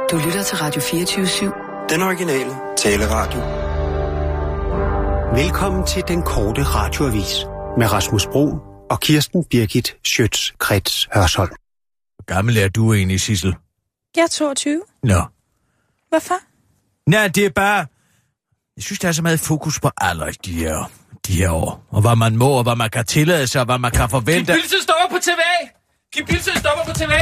Du lytter til Radio 24/7. Den originale taleradio. Velkommen til den korte radioavis med Rasmus Bro og Kirsten Birgit Schøtz-Krets Hørsholm. Hvor gammel er du egentlig, Sissel? Jeg er 22. Nå. Hvorfor? Nej, det er bare... Jeg synes, der er så meget fokus på alder i de her år. Og hvad man må, og hvad man kan tillade sig, og hvad man kan forvente. Kim Bildsøe stopper på TV! Kim Bildsøe stopper på TV!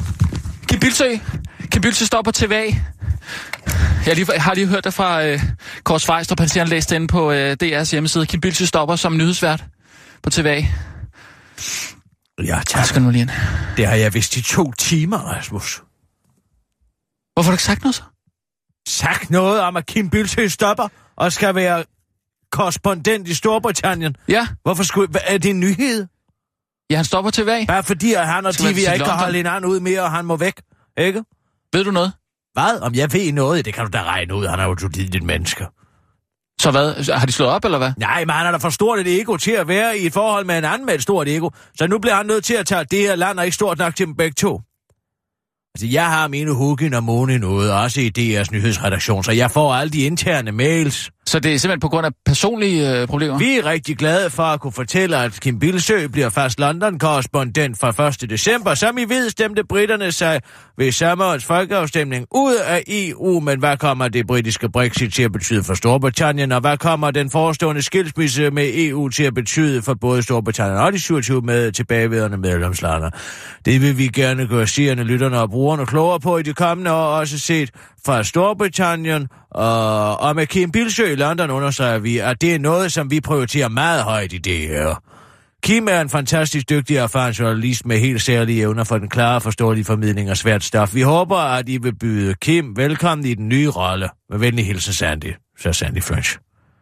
Kim Bildsøe stopper på TV! Jeg har lige hørt det fra Kors Fejstrup, han siger, han læste inde på DR's hjemmeside. Kim Bildsøe stopper som nyhedsvært på TV. Ja, tak. Skal nu lige ind. Det har jeg vidst i 2 timer, Rasmus. Hvorfor har du ikke sagt noget så? Sagt noget om, at Kim Bildsøe stopper og skal være korrespondent i Storbritannien? Ja. Hvorfor skulle... Er det en nyhed? Ja, han stopper TV. Bare fordi, at han og TV ikke kan holde hinanden ud mere, og han må væk, ikke? Ved du noget? Hvad? Om jeg ved noget? Det kan du da regne ud. Han er jo et ulideligt menneske. Så hvad? Har de slået op, eller hvad? Nej, men han er da for stort et ego til at være i et forhold med en anden med et stort ego. Så nu bliver han nødt til at tage det her land, og ikke stort nok til dem begge to. Altså, jeg har mine Hugin og Mone noget, også i DR's nyhedsredaktion, så jeg får alle de interne mails. Så det er simpelthen på grund af personlige problemer? Vi er rigtig glade for at kunne fortælle, at Kim Bildsøe bliver fast London-korrespondent fra 1. december. Som I ved, stemte britterne sig ved sommerens folkeafstemning ud af EU. Men hvad kommer det britiske Brexit til at betyde for Storbritannien? Og hvad kommer den forestående skilsmisse med EU til at betyde for både Storbritannien og de 27 med tilbagevedende medlemslande? Det vil vi gerne gøre seerne, lytterne og brugerne klogere på i de kommende år, også set fra Storbritannien. Og med Kim Bildsøe i London understreger vi, at det er noget, som vi prioriterer meget højt i det her. Kim er en fantastisk dygtig og erfaren journalist med helt særlige evner for den klare og forståelige formidling af svært stof. Vi håber, at I vil byde Kim velkommen i den nye rolle. Med venlig hilsen, Sandy. Så Sandy French.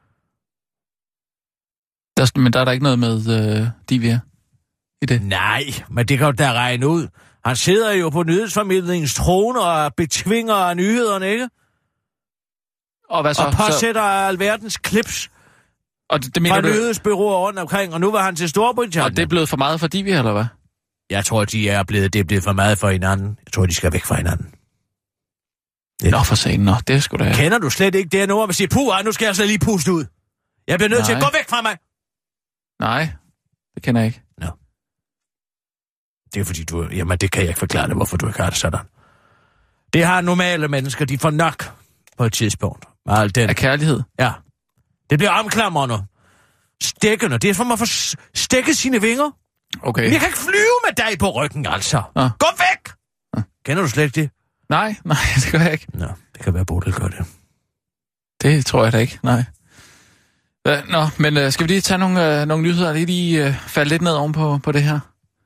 Men der er der ikke noget med Divya i det? Nej, men det kan jo da regne ud. Han sidder jo på nyhedsformidlingens trone og betvinger nyhederne, ikke? Og hvad så? Og påsætter alverdens clips og det mener fra nyhedsbureauer rundt omkring, og nu var han til Storbritannien. Og det er blevet for meget for Divya, eller hvad? Jeg tror, det er blevet for meget for hinanden. Jeg tror, de skal væk fra hinanden. Nå, for sagen, nå, det skulle da... Kender du slet ikke det nu, at man siger, nu skal jeg så lige puste ud. Jeg bliver nødt til at gå væk fra mig. Nej, det kender jeg ikke. Nå. Det er fordi jamen det kan jeg ikke forklare dig, hvorfor du ikke har det sådan. Det har normale mennesker, de får nok på et tidspunkt. Alt den. Af kærlighed? Ja. Det bliver omklamrende. Stikkende. Det er for mig at få stikket sine vinger. Okay. Men jeg kan ikke flyve med dig på ryggen, altså. Gå væk! Kender du slet ikke det? Nej, det gør jeg ikke. Nå, det kan være, Bodil gør det. Det tror jeg da ikke, nej. Nå, men skal vi lige tage nogle nyheder, lige falde lidt ned oven på det her?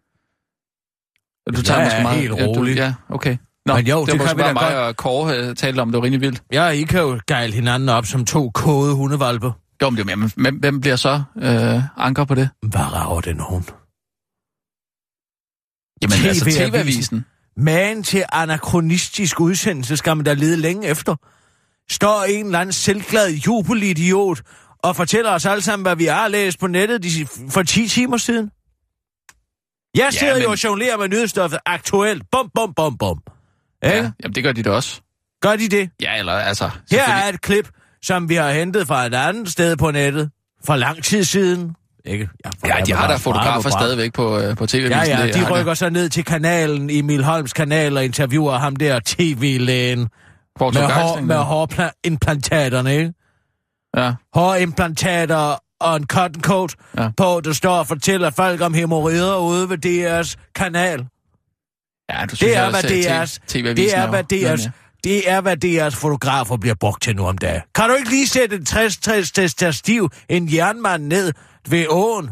Du tager måske meget... helt roligt. Ja, okay. Nå, men jo, det kan vi da mig og Kåre talte om, det var rigtig vildt. Ja, I kan jo gejle hinanden op som 2 kode hundevalpe. Jo, men det er mere, men hvem bliver så anker på det? Hvad rager det nogen? Jamen altså TV-avisen. Man til anachronistisk udsendelse skal man da lede længe efter. Står en eller anden selvglad jubelidiot og fortæller os alle sammen, hvad vi har læst på nettet for 10 timer siden. Jeg sidder jo og jonglerer med nyhedsstoffet aktuelt. Bum, bum, bum, bum. Ja, jamen det gør de da også. Gør de det? Ja, eller altså... Her er et klip, som vi har hentet fra et andet sted på nettet for lang tid siden. Ikke? Ja, de har der fotografer stadigvæk på TV-avisen. Ja, de rykker så ned til kanalen, Emil Holms kanal, og interviewer ham der tv-lægen med hårimplantaterne, ikke? Ja. Hårimplantater og en cotton coat på, der står og fortæller folk om hæmorrider ude ved DR's kanal. Ja, du synes, det er, hvad DR's fotografer bliver brugt til nu om dagen. Kan du ikke lige sætte en 60 stiv en jernmand ned ved åen?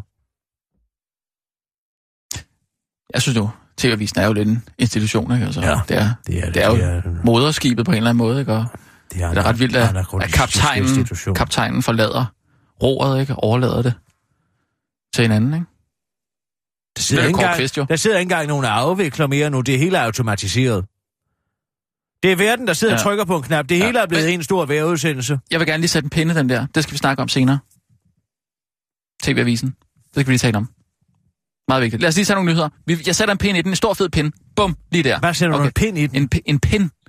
Jeg synes jo, TV-avisen er jo lidt en institution, ikke? Altså, ja, det er jo moderskibet på en eller anden måde, ikke? Og det er ret vildt, at kaptajnen forlader roret, ikke? Overlader det til en anden, ikke? Der sidder ikke engang nogen afvikler mere nu. Det hele er automatiseret. Det er verden, der sidder og trykker på en knap. Det hele er blevet en stor vejrudsendelse. Jeg vil gerne lige sætte en pinde, den der. Det skal vi snakke om senere. TV-avisen. Det skal vi lige tale om. Meget vigtigt. Lad os lige tage nogle nyheder. Jeg sætter en pinde i den. En stor fed pinde. Bum, lige der. Hvad sætter du en pinde i den? En pinde.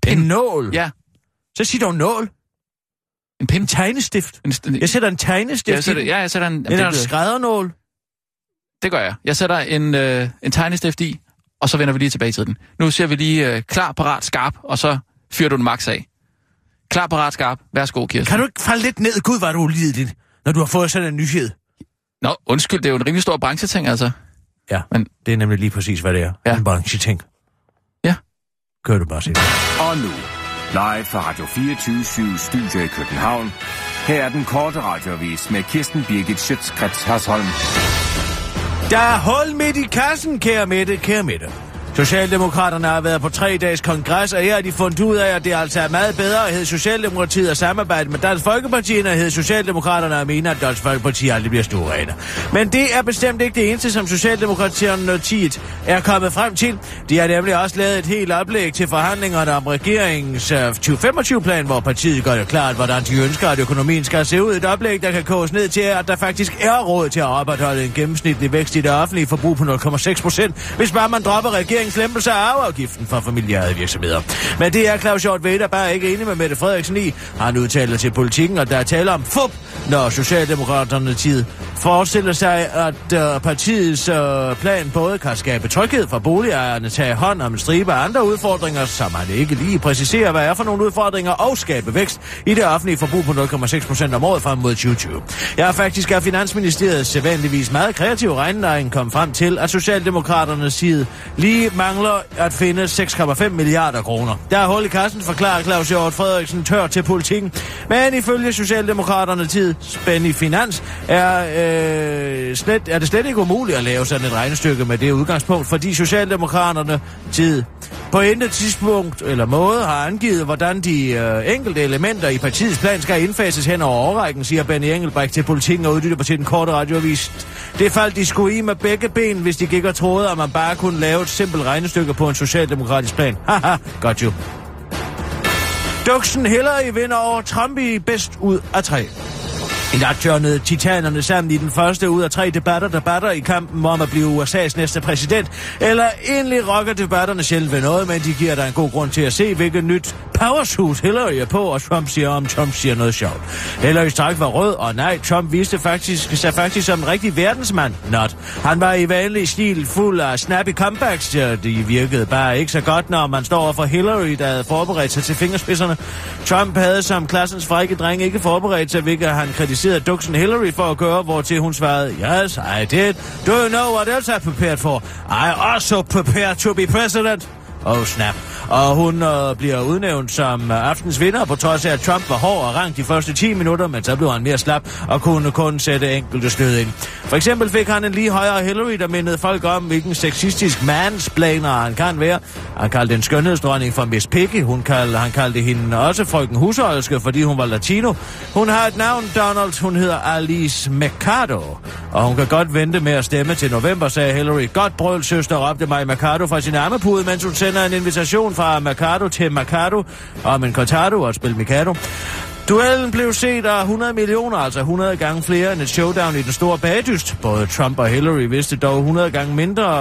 En nål? Ja. Så sig dog nål. En pind? En tegnestift. Jeg sætter en tegnestift i. Jeg sætter en... Eller en skræddernål. Det gør jeg. Jeg sætter en tegnestift i, og så vender vi lige tilbage til den. Nu ser vi lige klar, parat, skarp, og så fyrer du den max af. Klar, parat, skarp. Værsgo, Kirsten. Kan du ikke falde lidt ned? Gud, var du ulideligt, når du har fået sådan en nyhed. Nå, undskyld, det er jo en rimelig stor brancheting, altså. Ja, men det er nemlig lige præcis, hvad det er. Ja. En brancheting. Ja. Kører du bare, sig. Og nu, live fra Radio 24/7 Studio i København. Her er den korte radioavis med Kirsten Birgit Schøtz-Krets Hørsholm. Der er hul midt i kassen, kære Mette, kære Mette. Socialdemokraterne har været på 3-dages kongres, og her har de fundet ud af, at det altså er meget bedre at hedde Socialdemokratiet og samarbejde med Dansk Folkeparti, end at hedde Socialdemokraterne og mener, at Dansk Folkeparti aldrig bliver stuerene. Men det er bestemt ikke det eneste, som Socialdemokratiet er kommet frem til. De har nemlig også lavet et helt oplæg til forhandlingerne om regeringens 2025-plan, hvor partiet gør det klart, hvordan de ønsker, at økonomien skal se ud. Et oplæg, der kan koges ned til, at der faktisk er råd til at opretholde en gennemsnitlig vækst i det offentlige forbrug på 0,6%, hvis bare man dropper regeringens lempelse af arveafgiften for familieejede virksomheder. Men det er Claus Hjort Vedder bare ikke enig med Mette Frederiksen i. Han udtaler til Politikken, og der er tale om fup, når Socialdemokraterne tid forestiller sig, at partiets plan både kan skabe tryghed for boligejerne, tage hånd om en stribe af andre udfordringer, som man ikke lige præciserer, hvad er for nogle udfordringer, og skabe vækst i det offentlige forbrug på 0,6% om året frem mod 2020. Jeg har faktisk af Finansministeriets sædvanligvis meget kreative regneregning kom frem til, at Socialdemokraternes side lige mangler at finde 6,5 milliarder kroner. Der er hul i kassen, forklarer Claus Hjort Frederiksen tør til Politikken. Men ifølge Socialdemokraterne tid spænd i finans er det slet ikke umuligt at lave sådan et regnestykke med det udgangspunkt, fordi Socialdemokraterne tid på intet tidspunkt eller måde har angivet, hvordan de enkelte elementer i partiets plan skal indfases hen over årrækken, siger Benny Engelbrecht til Politikken og uddyber på til den korte radioavis. Det faldt de skulle i med begge ben, hvis de gik og troede, at man bare kunne lave et simpelt regnestykke på en socialdemokratisk plan. Haha, got you. Duxen Hillary vinder over Trump i bedst ud af 3. I nat tørnede titanerne sammen i den første ud af 3 debatter i kampen om at blive USA's næste præsident. Eller egentlig rocker debatterne sjældent ved noget, men de giver dig en god grund til at se, hvilket nyt powersuit Hillary er på, og Trump siger noget sjovt. Hillarys træk var rød, og nej, Trump viste sig faktisk som en rigtig verdensmand. Not. Han var i vanlig stil fuld af snappy comebacks. De virkede bare ikke så godt, når man står over for Hillary, der havde forberedt sig til fingerspidserne. Trump havde som klassens frække dreng ikke forberedt sig, hvilket han kritiserede Duxen Hillary for at gøre, hvortil hun svarede, yes, I did. Do you know what else I prepared for? I also prepared to be president. Oh snap. Og hun bliver udnævnt som aftens vinder, på trods af, at Trump var hård og rank de første 10 minutter, men så blev han mere slap og kunne kun sætte enkelte stød ind. For eksempel fik han en lige højere Hillary, der mindede folk om, hvilken sexistisk mansplainer han kan være. Han kaldte en skønhedsdronning for Miss Piggy. Han kaldte hende også frøken husholderske, fordi hun var latino. Hun har et navn, Donald. Hun hedder Alice Mercado. Og hun kan godt vente med at stemme til november, sagde Hillary. Godt brøl, søster, råbte Maj Mercado fra sin armepude, mens hun sender en invitation fra Mercado til Mercado om en cortado og et spil Mikado. Duellen blev set af 100 millioner, altså 100 gange flere end et showdown i den store bagdyst. Både Trump og Hillary viste dog 100 gange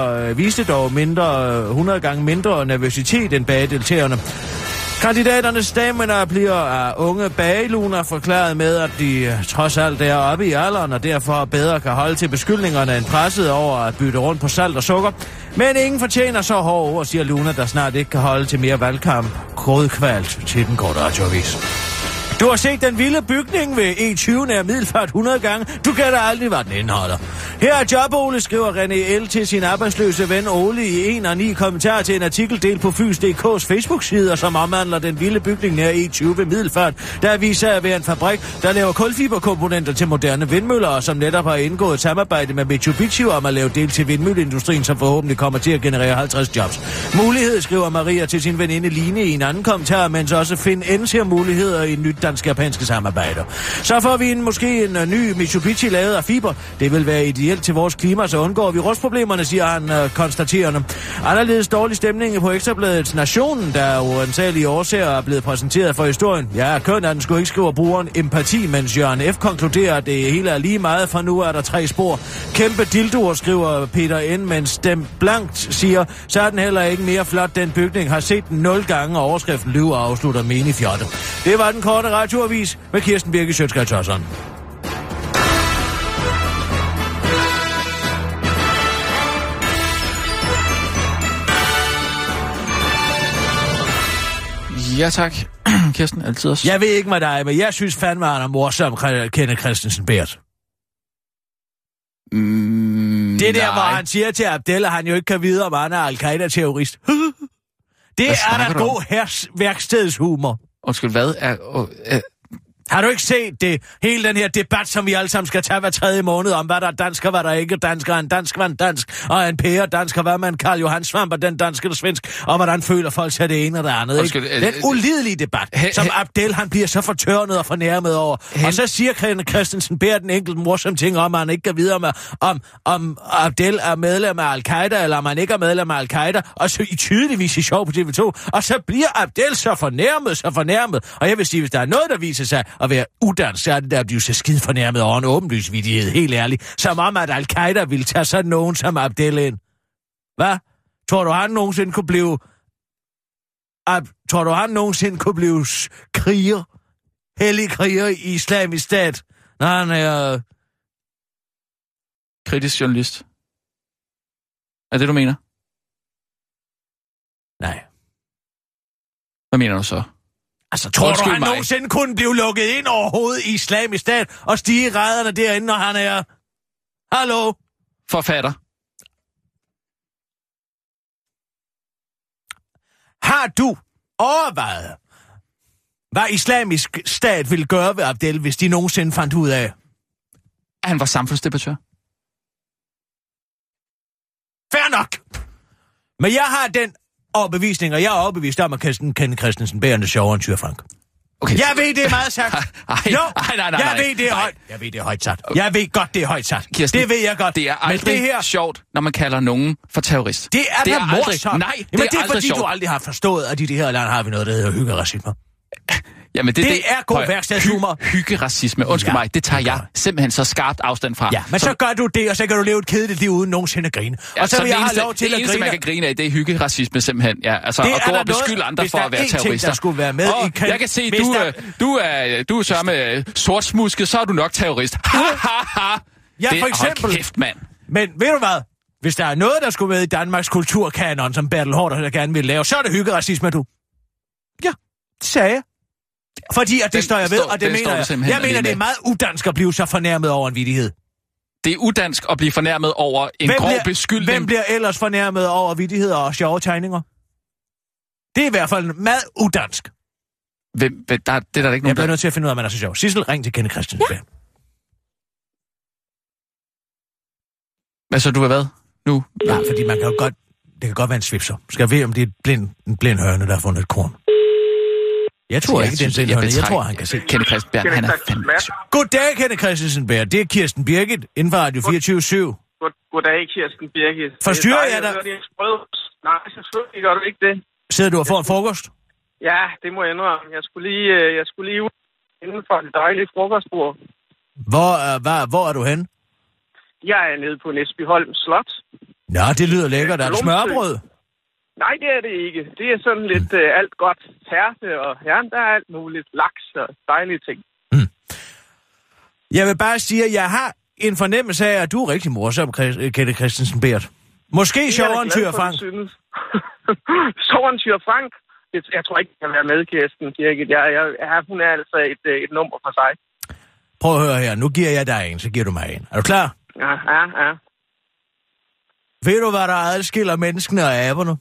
mindre nervøsitet end bagedeltagerne. Kandidaternes stamina bliver af unge bageluner forklaret med, at de trods alt er oppe i alderen, og derfor bedre kan holde til beskyldningerne end presset over at bytte rundt på salt og sukker. Men ingen fortjener så hårde ord, siger Luna, der snart ikke kan holde til mere valgkamp. Grådkvalt til den korte radioavis. Du har set den vilde bygning ved E20 nær Middelfart 100 gange. Du kan da aldrig, hvad den indeholder. Her er Job Ole, skriver René L. til sin arbejdsløse ven Ole i 1 og 9 kommentarer til en artikel delt på Fyns.dk's Facebook-sider, som omhandler den vilde bygning nær E20 ved Middelfart, der viser at være en fabrik, der laver kulfiberkomponenter til moderne vindmøller, og som netop har indgået et samarbejde med Mitsubishi om at lave del til vindmølleindustrien, som forhåbentlig kommer til at generere 50 jobs. Mulighed, skriver Maria til sin veninde Line i en anden kommentar, mens også Finn N. ser muligheder i et nyt dansk-japanske samarbejder. Så får vi måske en ny Mitsubishi lavet af fiber. Det vil være ideelt til vores klima, så undgår vi rustproblemerne, siger han konstaterende. Anderledes dårlig stemning på Ekstrabladets Nationen, der uansagelige årsager er blevet præsenteret for historien. Ja, køn er den skulle ikke skrive brugeren empati, mens Jørgen F. konkluderer, at det hele er lige meget, for nu er der 3 spor. Kæmpe dildoer, skriver Peter N., mens Dem Blankt siger, så er den heller ikke mere flot, den bygning. Har set den 0 gange, og overskriften lyver og afslutter Meni Fjotte. Det var den korte radioavis med Kirsten Birgit Schøtzgrads Hasholm. Ja tak, Kirsten, altid også. Jeg ved ikke med dig, men jeg synes fandme, han er morsom, Kenneth Christensen Bært. Det der, hvor han siger til Abdel, at han jo ikke kan vide, om han er al-Qaida-terrorist. Det er da god værkstedshumor. Undskyld, hvad er... Har du ikke set det? Hele den her debat, som vi alle sammen skal tage hver 3. måned, om hvad der er dansk og hvad der ikke er dansk, og en dansk var en dansk, og en pære dansk, og hvad man Karl Johan Svamp, og den dansk eller svensk, og hvordan føler folk sig det ene og det andet. Undskyld, den ulidelige debat, som Abdel, han bliver så fortørnet og fornærmet over. Og så siger Kenneth Christensen Bært den enkelt morsom ting om, at han ikke kan vide, om Abdel er medlem af Al-Qaida, eller om han ikke er medlem af Al-Qaida, og så i tydeligvis i sjov på TV2, og så bliver Abdel så fornærmet. Og jeg vil sige, hvis der er noget, der viser sig at være udansk, så er det der at blive så skide fornærmet over en åbenlys vittighed, helt ærligt. Som om, at Al-Qaida ville tage sådan nogen som Abdel ind. Hvad? Tror du, han nogensinde kunne blive... kriger? Hellig kriger i Islamisk Stat? Når han er... kritisk journalist. Er det, du mener? Nej. Hvad mener du så? Altså, tror du, han nogensinde kunne blive lukket ind overhovedet i Islamisk Stat og stige i rædderne derinde, når han er... Hallo? Forfatter. Har du overvejet, hvad Islamisk Stat ville gøre ved Abdel, hvis de nogensinde fandt ud af? Han var samfundsdebattør. Fair nok. Men jeg har den overbevisning, og jeg er overbevist om, at Kenneth Christensen Bært er sjovere end Thyra Frank. Okay. Jeg ved, det er meget sagt. Nej. Jeg ved, det er højt. Jeg ved, det er højt sat. Jeg ved godt, det er højt sat. Kirsten, det ved jeg godt. Det er aldrig det her... sjovt, når man kalder nogen for terrorist. Det er da morsomt. Nej, det er fordi, sjovt. Du aldrig har forstået, at i det her land har vi noget, der hedder hyggeracisme. Jamen, det er god værkstedshumor. Hyggeracisme. Undskyld mig, det tager jeg simpelthen så skarpt afstand fra. Ja, men så gør du det, og så kan du leve et kedeligt liv uden nogensinde at grine. Ja, og så vil jeg have lov til at grine. Det eneste, man kan grine af, det er hyggeracisme simpelthen. Ja, altså at gå og beskylde andre for at være terrorister. Ting, der skulle være med i jeg kan se, du er så med sortsmusket, så er du nok terrorist. Ja, for eksempel. Hold kæft, mand. Men ved du hvad? Hvis der er noget, der skulle med i Danmarks kulturkanon, som Bertel Haarder gerne vil lave, så er det hyggeracisme, du. Ja, det sagde jeg. Fordi at det står jeg ved, og det mener jeg. Jeg mener, det er meget udansk at blive så fornærmet over en vittighed. Det er udansk at blive fornærmet over en grov beskyldning. Hvem bliver ellers fornærmet over vittigheder og sjove tegninger? Det er i hvert fald meget udansk. Det er der ikke nogen... Jeg bliver nødt til at finde ud af, om man er så sjov. Sissel, ring til Kenneth Christensen. Ja. Hvad så, du er hvad? Nu? Ja, fordi man kan jo godt... Det kan godt være en svipser. Skal jeg ved, om det er en blind høne, der har fundet et korn. Jeg tror ikke, det er en blind høne. Jeg tror, han kan se. Kenneth Christensen Bært, han er fandme... Goddag, Kenneth Christensen Bært. Det er Kirsten Birgit, inden for Radio 24/7. Goddag, Kirsten Birgit. Forstyrrer jeg dig? Nej, selvfølgelig gør du ikke det. Sidder du og får en frokost? Ja, det må jeg indrømme. Jeg skulle lige ud inden for det dejlige frokostbord. Hvor er du henne? Jeg er nede på Næsbyholm Slot. Nå, det lyder lækkert. Er det smørbrød? Nej, det er det ikke. Det er sådan lidt alt godt tærte, og ja, der er alt muligt laks og dejlige ting. Jeg vil bare sige, at jeg har en fornemmelse af, at du er rigtig morsom, Kenneth Christensen Bært. Måske sjovere end Thyra Frank. Sjovere end Thyra Frank? Jeg tror ikke, jeg kan være med, Kirsten Birgit. Hun er altså et nummer for sig. Prøv at høre her. Nu giver jeg dig en, så giver du mig en. Er du klar? Ja. Ved du, hvad der adskiller menneskene og aberne?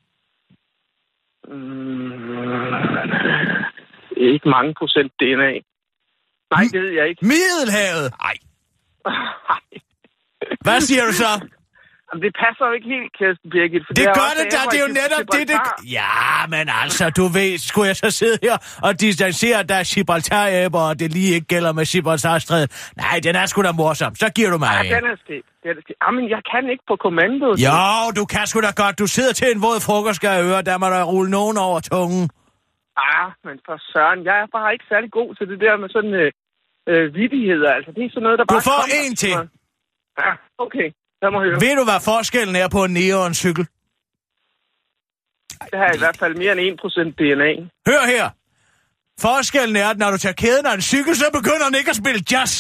Ikke mange procent DNA. Nej, det ved jeg ikke. Middelhavet! Nej. Hvad siger du så? Jamen, det passer jo ikke helt, Kirsten Birgit. For Det gør det da, det er jo netop det. Ja, men altså, du ved, skulle jeg så sidde her og distancere dig Gibraltar-æber, og det lige ikke gælder med Gibraltar-strædet? Nej, den er sgu da morsom. Så giver du mig en. Ja, den er sket. Jamen, jeg kan ikke på kommando. Jo, du kan sgu da godt. Du sidder til en våd frokost, skal jeg høre. Der må der rulle nogen over tungen. Men for søren, jeg er bare ikke særlig god til det der med sådan vittigheder. Altså, det er sådan noget, der bare Du får kommer. en til. Ja, okay. Lad mig høre. Ved du, hvad forskellen er på en neoncykel? Det har i hvert fald mere end 1% DNA. Hør her. Forskellen er, at når du tager kæden af en cykel, så begynder den ikke at spille jazz.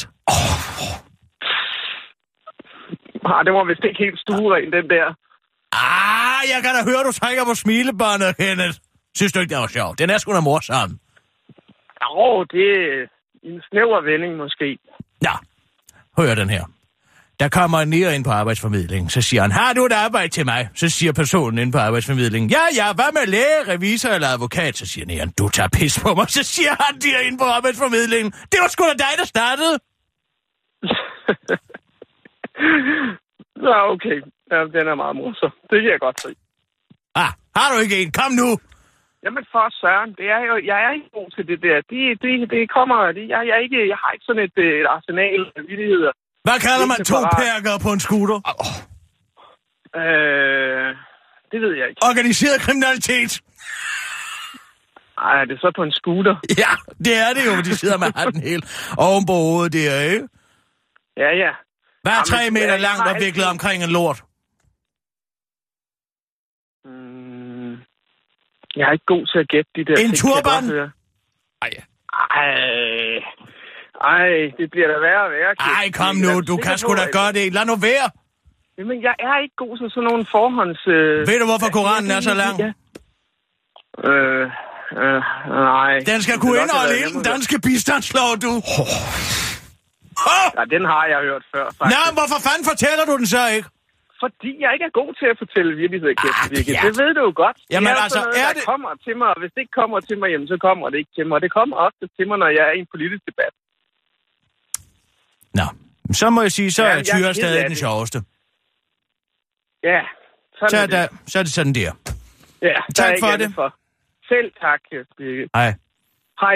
Det var vist ikke helt stueren, den der. Jeg kan da høre, du trækker på smilebåndet, Kenneth. Synes du ikke, det var sjovt? Den er sgu da morsom. Det er en snæver vending, måske. Ja, hør den her. Der kommer en nære ind på arbejdsformidlingen. Så siger han, har du et arbejde til mig? Så siger personen ind på arbejdsformidlingen, ja, hvad med læge, revisor eller advokat? Så siger næren, du tager pis på mig. Så siger han derinde på arbejdsformidlingen, det var sgu da dig, der startede. Ja, okay. Ja, den er meget morsom. Det kan jeg godt se. Har du ikke en? Kom nu! Jamen for søren, det er jo, jeg er ikke god til det der. Det kommer, jeg har ikke sådan et arsenal af vittigheder. Hvad kalder man to perker på en scooter? Det ved jeg ikke. Organiseret kriminalitet. Ej, er det så på en scooter? Ja, det er det jo, de sidder med hatten helt oven på hovedet der, ikke? Ja. Hvad er 3 meter langt og viklet omkring en lort? Jeg er ikke god til at gætte de der. En turban? Ej, det bliver da værre og værre. Ej, kom nu, du kan sgu da gøre det. Lad nu være. Jamen, jeg er ikke god til sådan nogle forhånds... Ved du, hvorfor Koranen er så lang? Nej. Den skal kunne indeholde hele den danske bistandslov, du. Ja, den har jeg hørt før, faktisk. Nå, hvorfor fanden fortæller du den så ikke? Fordi jeg ikke er god til at fortælle virkelighed, Kirsten. Det ved du jo godt. Jamen det altså, noget, der kommer til mig, og hvis det ikke kommer til mig, jamen, så kommer det ikke til mig. Og det kommer ofte til mig, når jeg er i en politisk debat. Nå, så må jeg sige, så er Tyre stadig den sjoveste. Ja, så er det sådan der. Ja, tak for det. Selv tak, Birgit. Hej.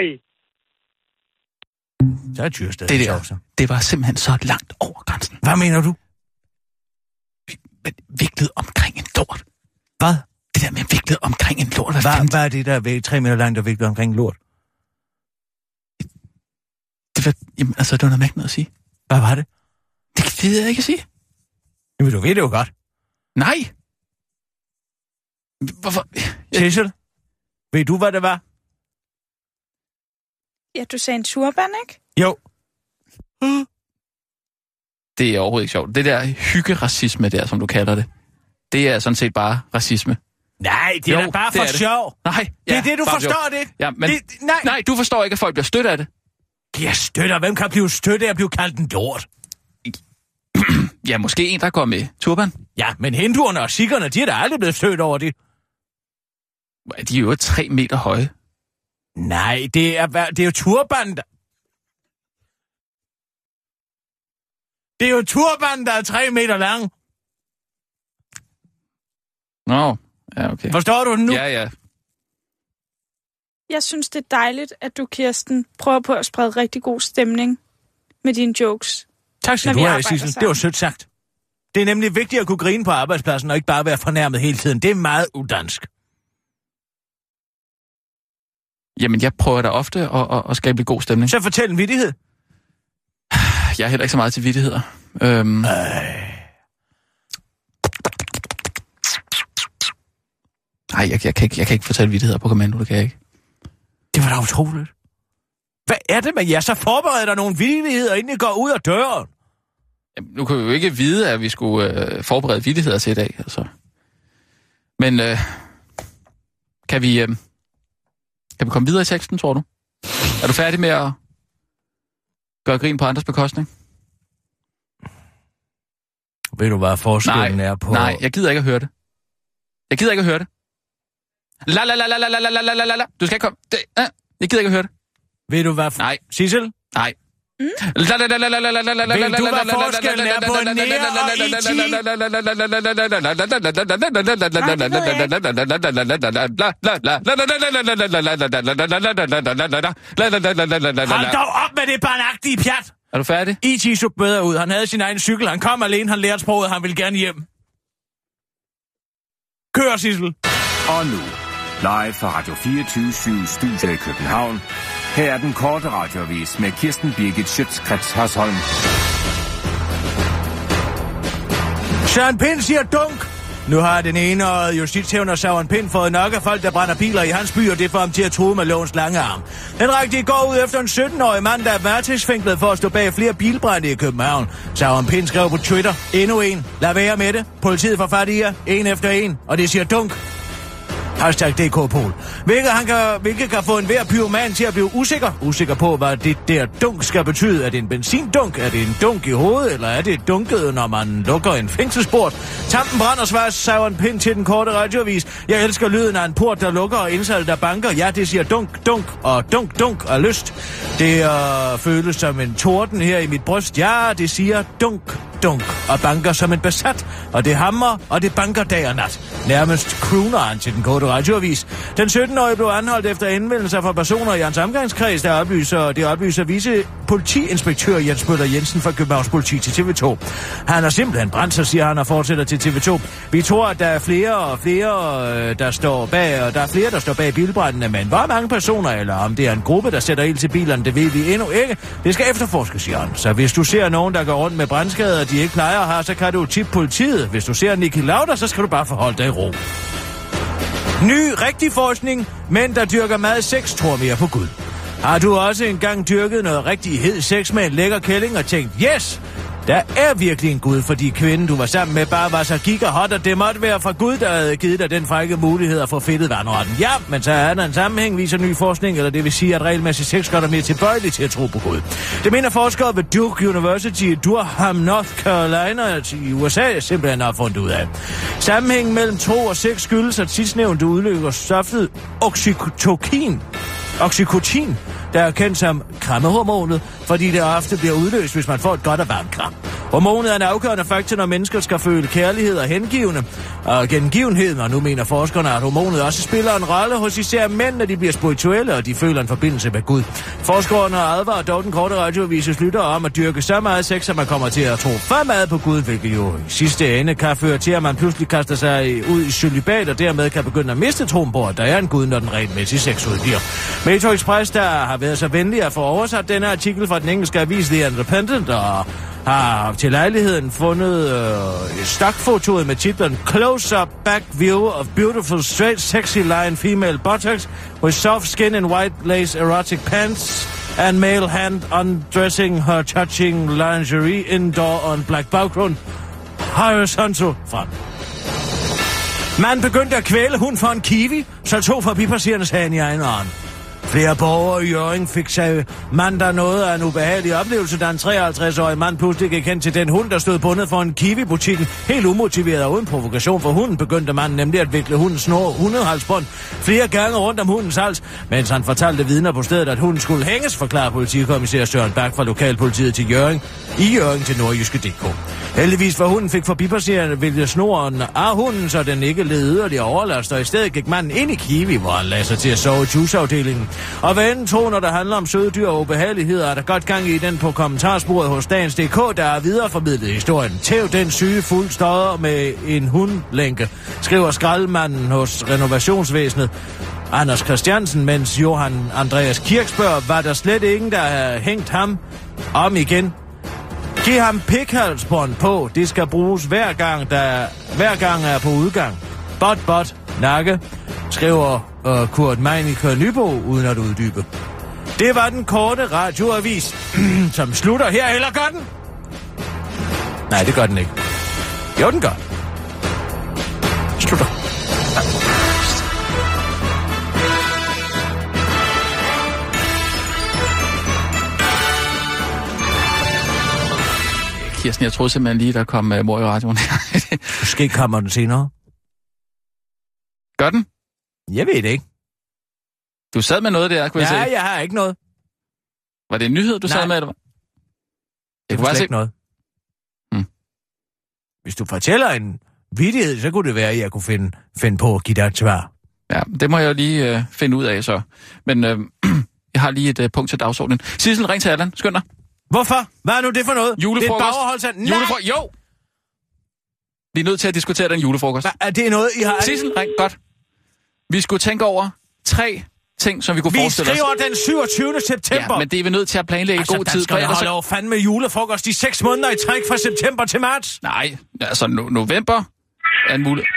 Så er Tyre stadig den sjoveste. Det var simpelthen så langt over grænsen. Hvad mener du? Viklet omkring en lort. Hvad? Det der med viklet omkring en lort. Hvad er det der 3 meter langt og viklet omkring en lort? Det var noget mærkeligt at sige. Hvad var det? Det ved jeg ikke at sige. Jamen, du ved det jo godt. Nej. Hvorfor? Sissel, ved du, hvad det var? Ja, du sagde en turban, ikke? Jo. Det er overhovedet ikke sjovt. Det der hyggeracisme der, som du kalder det, det er sådan set bare racisme. Nej, det er bare for sjov. Nej. Det er det, du forstår det. Ja, men nej, du forstår ikke, at folk bliver stødt af det. Jeg støtter. Hvem kan blive støttet af at blive kaldt en lort? Ja, måske en, der går med turban. Ja, men hinduerne og sikkerne, de er da aldrig blevet stødt over det. De er jo 3 meter høje. Nej, det er jo turban. Det er jo turban, der er 3 meter lang. Nå, ja, okay. Forstår du den nu? Ja. Jeg synes, det er dejligt, at du, Kirsten, prøver på at sprede rigtig god stemning med dine jokes. Tak skal du have, Sissel. Det var sødt sagt. Det er nemlig vigtigt at kunne grine på arbejdspladsen og ikke bare være fornærmet hele tiden. Det er meget udansk. Jamen, jeg prøver da ofte at skabe god stemning. Så fortæl en vittighed. Jeg er heller ikke så meget til vittigheder. Nej, jeg kan ikke fortælle vittigheder på kommando, det kan jeg ikke. Det var da utroligt. Hvad er det med jer? Så forbereder der nogle vittigheder, inden I går ud af døren. Jamen, nu kan vi jo ikke vide, at vi skulle forberede vittigheder til i dag, altså. Men kan vi komme videre i teksten, tror du? Er du færdig med at gøre grin på andres bekostning? Ved du, hvad forskellen er på... Nej, jeg gider ikke at høre det. Jeg gider ikke at høre det. La. Du skal ikke komme... Jeg gider ikke at høre det. Ved du hvad... Nej. Sissel? Nej. Mm. Vil du, hvad forskellen er på en nære og E.T.? Hold dog op med det barnagtige pjat! Er du færdig? E.T. så bedre ud. Han havde sin egen cykel. Han kom alene. Han lærte sproget. Han ville gerne hjem. Kør, Sissel. Og nu, live fra Radio 24/7 Studio i København. Her er den korte radioavis med Kirsten Birgit Schøtz-Krets Hørsholm. Søren Pind siger dunk. Nu har den enårede justitshævner Søren Pind fået nok af folk, der brænder biler i hans by, og det får ham til at true med lovens lange arm. Den rakte i går ud efter en 17-årig mand, der er varetægtsfængslet for at stå bag flere bilbrande i København. Søren Pind skrev på Twitter, endnu en, lad være med det. Politiet får fat i jer, en efter en, og det siger dunk. Hashtag DK-pol. Hvilket kan få enhver pyroman til at blive usikker på, hvad det der dunk skal betyde. Er det en benzindunk? Er det en dunk i hovedet? Eller er det dunket, når man lukker en fængselsport? Tampen brænder, svarer Søren Pind til den korte radioavis. Jeg elsker lyden af en port, der lukker og indsalg, der banker. Ja, det siger dunk, dunk og dunk, dunk og lyst. Det føles som en torden her i mit bryst. Ja, det siger dunk, dunk og banker som en besat. Og det hammer, og det banker dag og nat. Nærmest crooner han til den korte radioavis. Den 17-årige blev anholdt efter indvendelser fra personer i hans omgangskreds, der oplyser vicepolitiinspektør Jens Møller Jensen fra Københavns Politi til TV2. Han har simpelthen brændt sig, siger han og fortsætter til TV2. Vi tror, at der er flere og flere, der står bag bilbrændene, men hvor mange personer, eller om det er en gruppe, der sætter ild til bilerne, det ved vi endnu ikke. Det skal efterforskes, siger han. Så hvis du ser nogen, der går rundt med brandskader, de ikke plejer at have, så kan du tippe politiet. Hvis du ser Niki Lauda, så skal du bare forholde dig i ro. Ny rigtig forskning. Mænd, der dyrker mad sex, tror mere på Gud. Har du også engang dyrket noget rigtig hed sex med en lækker kælling og tænkt, yes, der er virkelig en Gud, fordi kvinden, du var sammen med, bare var så gigahot, og det måtte være fra Gud, der havde givet dig den frække mulighed at få fedtet vandretten. Ja, men så er der en sammenhæng, viser ny forskning, eller det vil sige, at regelmæssigt sex gør dig mere tilbøjelig til at tro på Gud. Det mener forskere ved Duke University i Durham, North Carolina i USA simpelthen har fundet ud af. Sammenhængen mellem tro og sex skyldes, at sidstnævnte udløser stoffet oxytocin, der er kendt som krammehormonet, fordi det ofte bliver udløst, hvis man får et godt og varmt kram. Hormonet er en afgørende faktor, når mennesker skal føle kærlighed og gengivenhed, og nu mener forskerne, at hormonet også spiller en rolle hos især mænd, når de bliver spirituelle, og de føler en forbindelse med Gud. Forskerne advarer dog den korte radioavis lytter om at dyrke så meget sex, at man kommer til at tro for meget på Gud, hvilket jo i sidste ende kan føre til, at man pludselig kaster sig ud i cølibat, og dermed kan begynde at miste troen på, at der er en Gud, når den regelmæssige sex udbliver. Metro Express, der har været så venlig at få oversat denne artikel fra den engelske avis The Independent, og har til lejligheden fundet stokfotoet med titlen Close-up back view of beautiful straight sexy line female buttocks with soft skin and white lace erotic pants and male hand undressing her touching lingerie indoor on black background. Horizontal frem. Man begyndte at kvæle hund for en kiwi, så tog forbipasserende sagen i egen arm. Flere borgere i Hjørring fik sig mandag noget af en ubehagelig oplevelse, da en 53-årig mand pludselig gik hen til den hund, der stod bundet for en Kiwi-butikken. Helt umotiveret og uden provokation for hunden, begyndte manden nemlig at vikle hundens snor hundehalsbånd flere gange rundt om hundens hals, mens han fortalte vidner på stedet, at hunden skulle hænges, forklarer politikommissær Søren Bak fra lokalpolitiet til Hjørring, i Hjørring til Nordjyske.dk. Heldigvis for hunden fik forbipasserende vælge snoren af hunden, så den ikke led yderligere overlast, og i stedet gik manden ind i Kiwi, hvor han lagde sig til at sove i juiceafdelingen. Og hvad enden tro, når der handler om søde dyr og ubehageligheder, er der godt gang i den på kommentarsporet hos Dagens.dk, der er videreformidlet historien. Tæv den syge fuld stodder med en hundlænke, skriver skraldemanden hos Renovationsvæsenet Anders Christiansen, mens Johan Andreas Kirk spørger, var der slet ingen, der havde hængt ham om igen. Giv ham pikhalsbånd på, det skal bruges hver gang er på udgang. Bot, nakke, skriver Kurt Meinicke Nybo, uden at uddybe. Det var den korte radioavis, som slutter her, eller gør den? Nej, det gør den ikke. Jo, den gør. Slutter. Kirsten, jeg troede simpelthen lige, der kom mor i radioen. Måske kommer den senere. Gør den? Jeg ved det ikke. Du sad med noget der, kunne jeg se? Nej, jeg har ikke noget. Var det en nyhed, du sad med, eller hvad? Det er slet ikke noget. Hvis du fortæller en vittighed, så kunne det være, at jeg kunne finde på at give dig et svar. Ja, det må jeg lige finde ud af så. Men jeg har lige et punkt til dagsordenen. Sissel, ring til Allan. Skynd dig. Hvorfor? Hvad er nu det for noget? Julefrokost. Det er et bagholdsand. Jo! Vi er nødt til at diskutere den julefrokost. Er det noget, I har... Sissel, ring. Godt. Vi skulle tænke over 3 ting, som vi kunne forestille os. Vi skriver den 27. september. Ja, men det er vi nødt til at planlægge i god tid. Altså, danskerne holder jo fandme julefrokost i 6 måneder i træk fra september til marts. Nej, altså november er en mulighed.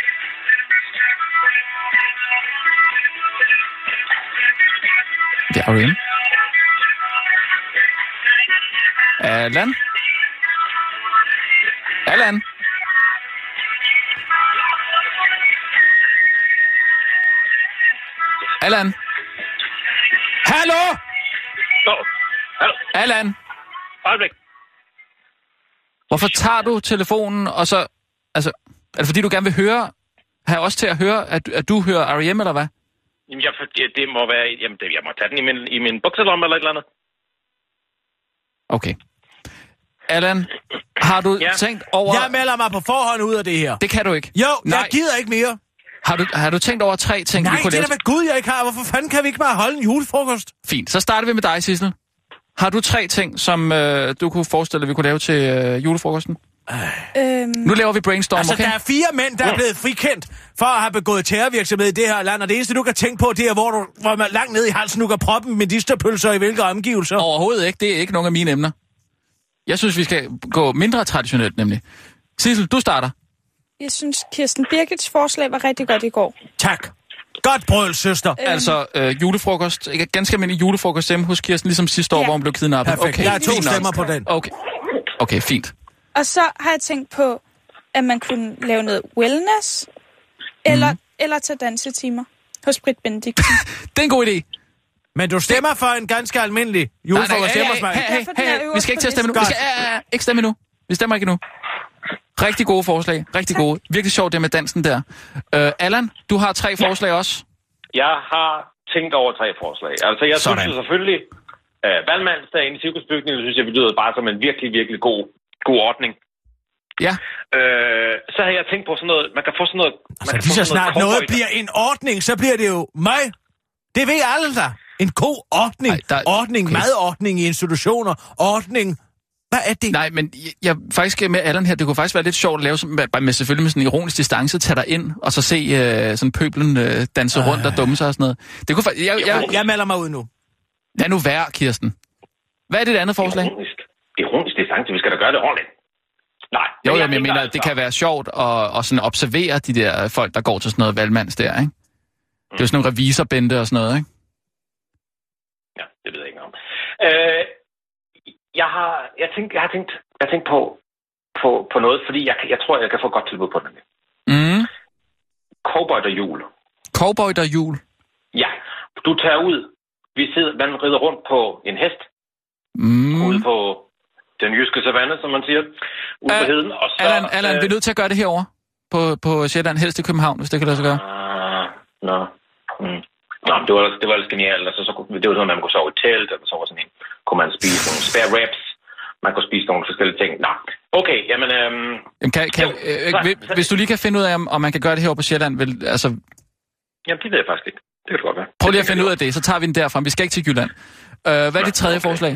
Det er R.E.M. Allan? Allan? Allan? Hallo? Hallo? Allan? Øjeblik. Hvorfor tager du telefonen, og så... Altså, er det fordi, du gerne vil have os til at høre, at du hører R.E.M., eller hvad? Jamen, det må være... Jamen, jeg må tage den i min bukselomme eller et eller andet. Okay. Allan, har du tænkt over... Jeg melder mig på forhånd ud af det her. Det kan du ikke. Jo, Nej. jeg gider ikke mere. Har du tænkt over 3 ting, Nej, vi kunne det er lave? da ved Gud, jeg ikke har. Hvorfor fanden kan vi ikke bare holde en julefrokost? Fint, så starter vi med dig, Sissel. Har du 3 ting, som du kunne forestille, at vi kunne lave til julefrokosten? Nu laver vi brainstorm, altså, okay? der er 4 mænd, der er blevet frikendt for at have begået terrorvirksomhed i det her land, og det eneste, du kan tænke på, det er, hvor man langt ned i halsen nu kan proppe medisterpølser i hvilke omgivelser. Overhovedet ikke. Det er ikke nogen af mine emner. Jeg synes, vi skal gå mindre traditionelt, nemlig. Sissel, du starter. Jeg synes, Kirsten Birgits forslag var rigtig godt i går. Tak. Godt brøl, søster. Altså, julefrokost. Ganske almindelig julefrokost hjemme hos Kirsten, ligesom sidste år, hvor hun blev kidnappet. Perfekt. Okay, Der er 2 fint nok. stemmer på den. Okay, fint. Og så har jeg tænkt på, at man kunne lave noget wellness, eller tage dansetimer hos Britt Benedikten. Det er en god idé. Men du stemmer for en ganske almindelig julefrokost hjemme hos mig. Hey, vi skal ikke til at stemme nu. Vi skal ikke stemme nu. Vi stemmer ikke nu. Rigtig gode forslag. Rigtig gode. Virkelig sjovt det med dansen der. Allan, du har 3 forslag også. Jeg har tænkt over 3 forslag. Altså, jeg synes jo selvfølgelig, valgmandsdagen i cirkusbygningen, synes jeg, vi lyder bare som en virkelig, virkelig god ordning. Ja. Så har jeg tænkt på sådan noget, man kan få sådan noget... Altså, lige så snart noget bliver en ordning, så bliver det jo mig. Det ved alle der. En god ordning. Ordning, okay. Madordning i institutioner. Ordning. Hvad er det? Nej, men jeg faktisk med Allan her, det kunne faktisk være lidt sjovt at lave, med selvfølgelig med sådan en ironisk distance, tage dig ind, og så se sådan pøblen danse rundt og dumme sig og sådan noget. Det kunne faktisk... Jeg melder mig ud nu. Lad nu være, Kirsten. Hvad er det andet forslag? Ironisk distance, vi skal da gøre det ordentligt. Nej. Jo, jeg mener, det kan være sjovt at sådan observere de der folk, der går til sådan noget valgmands der, ikke? Det er jo sådan nogle revisorbænde og sådan noget, ikke? Ja, det ved jeg ikke om. Jeg har tænkt på noget, fordi jeg tror, jeg kan få godt tilbud på det. Cowboy og jul. Cowboy og jul? Ja. Du tager ud. Man rider rundt på en hest. Ude på den jyske savanne, som man siger. Ude på heden. Og så, Allan, vi er nødt til at gøre det herovre. På Sjælland, helst i København, hvis det kan lade sig gøre. Nå, det var lidt genialt. Altså, det var sådan, at man kunne sove i telt, eller sove sådan en. Kunne man spise nogle spare ribs. Man kunne spise nogle forskellige ting. Nå, okay, jamen... hvis du lige kan finde ud af, om man kan gøre det her på Sjælland, altså... Jamen, det ved jeg faktisk ikke. Det kan det godt være. Prøv lige at finde ud af det, så tager vi den derfra. Vi skal ikke til Jylland. Hvad er dit 3. forslag?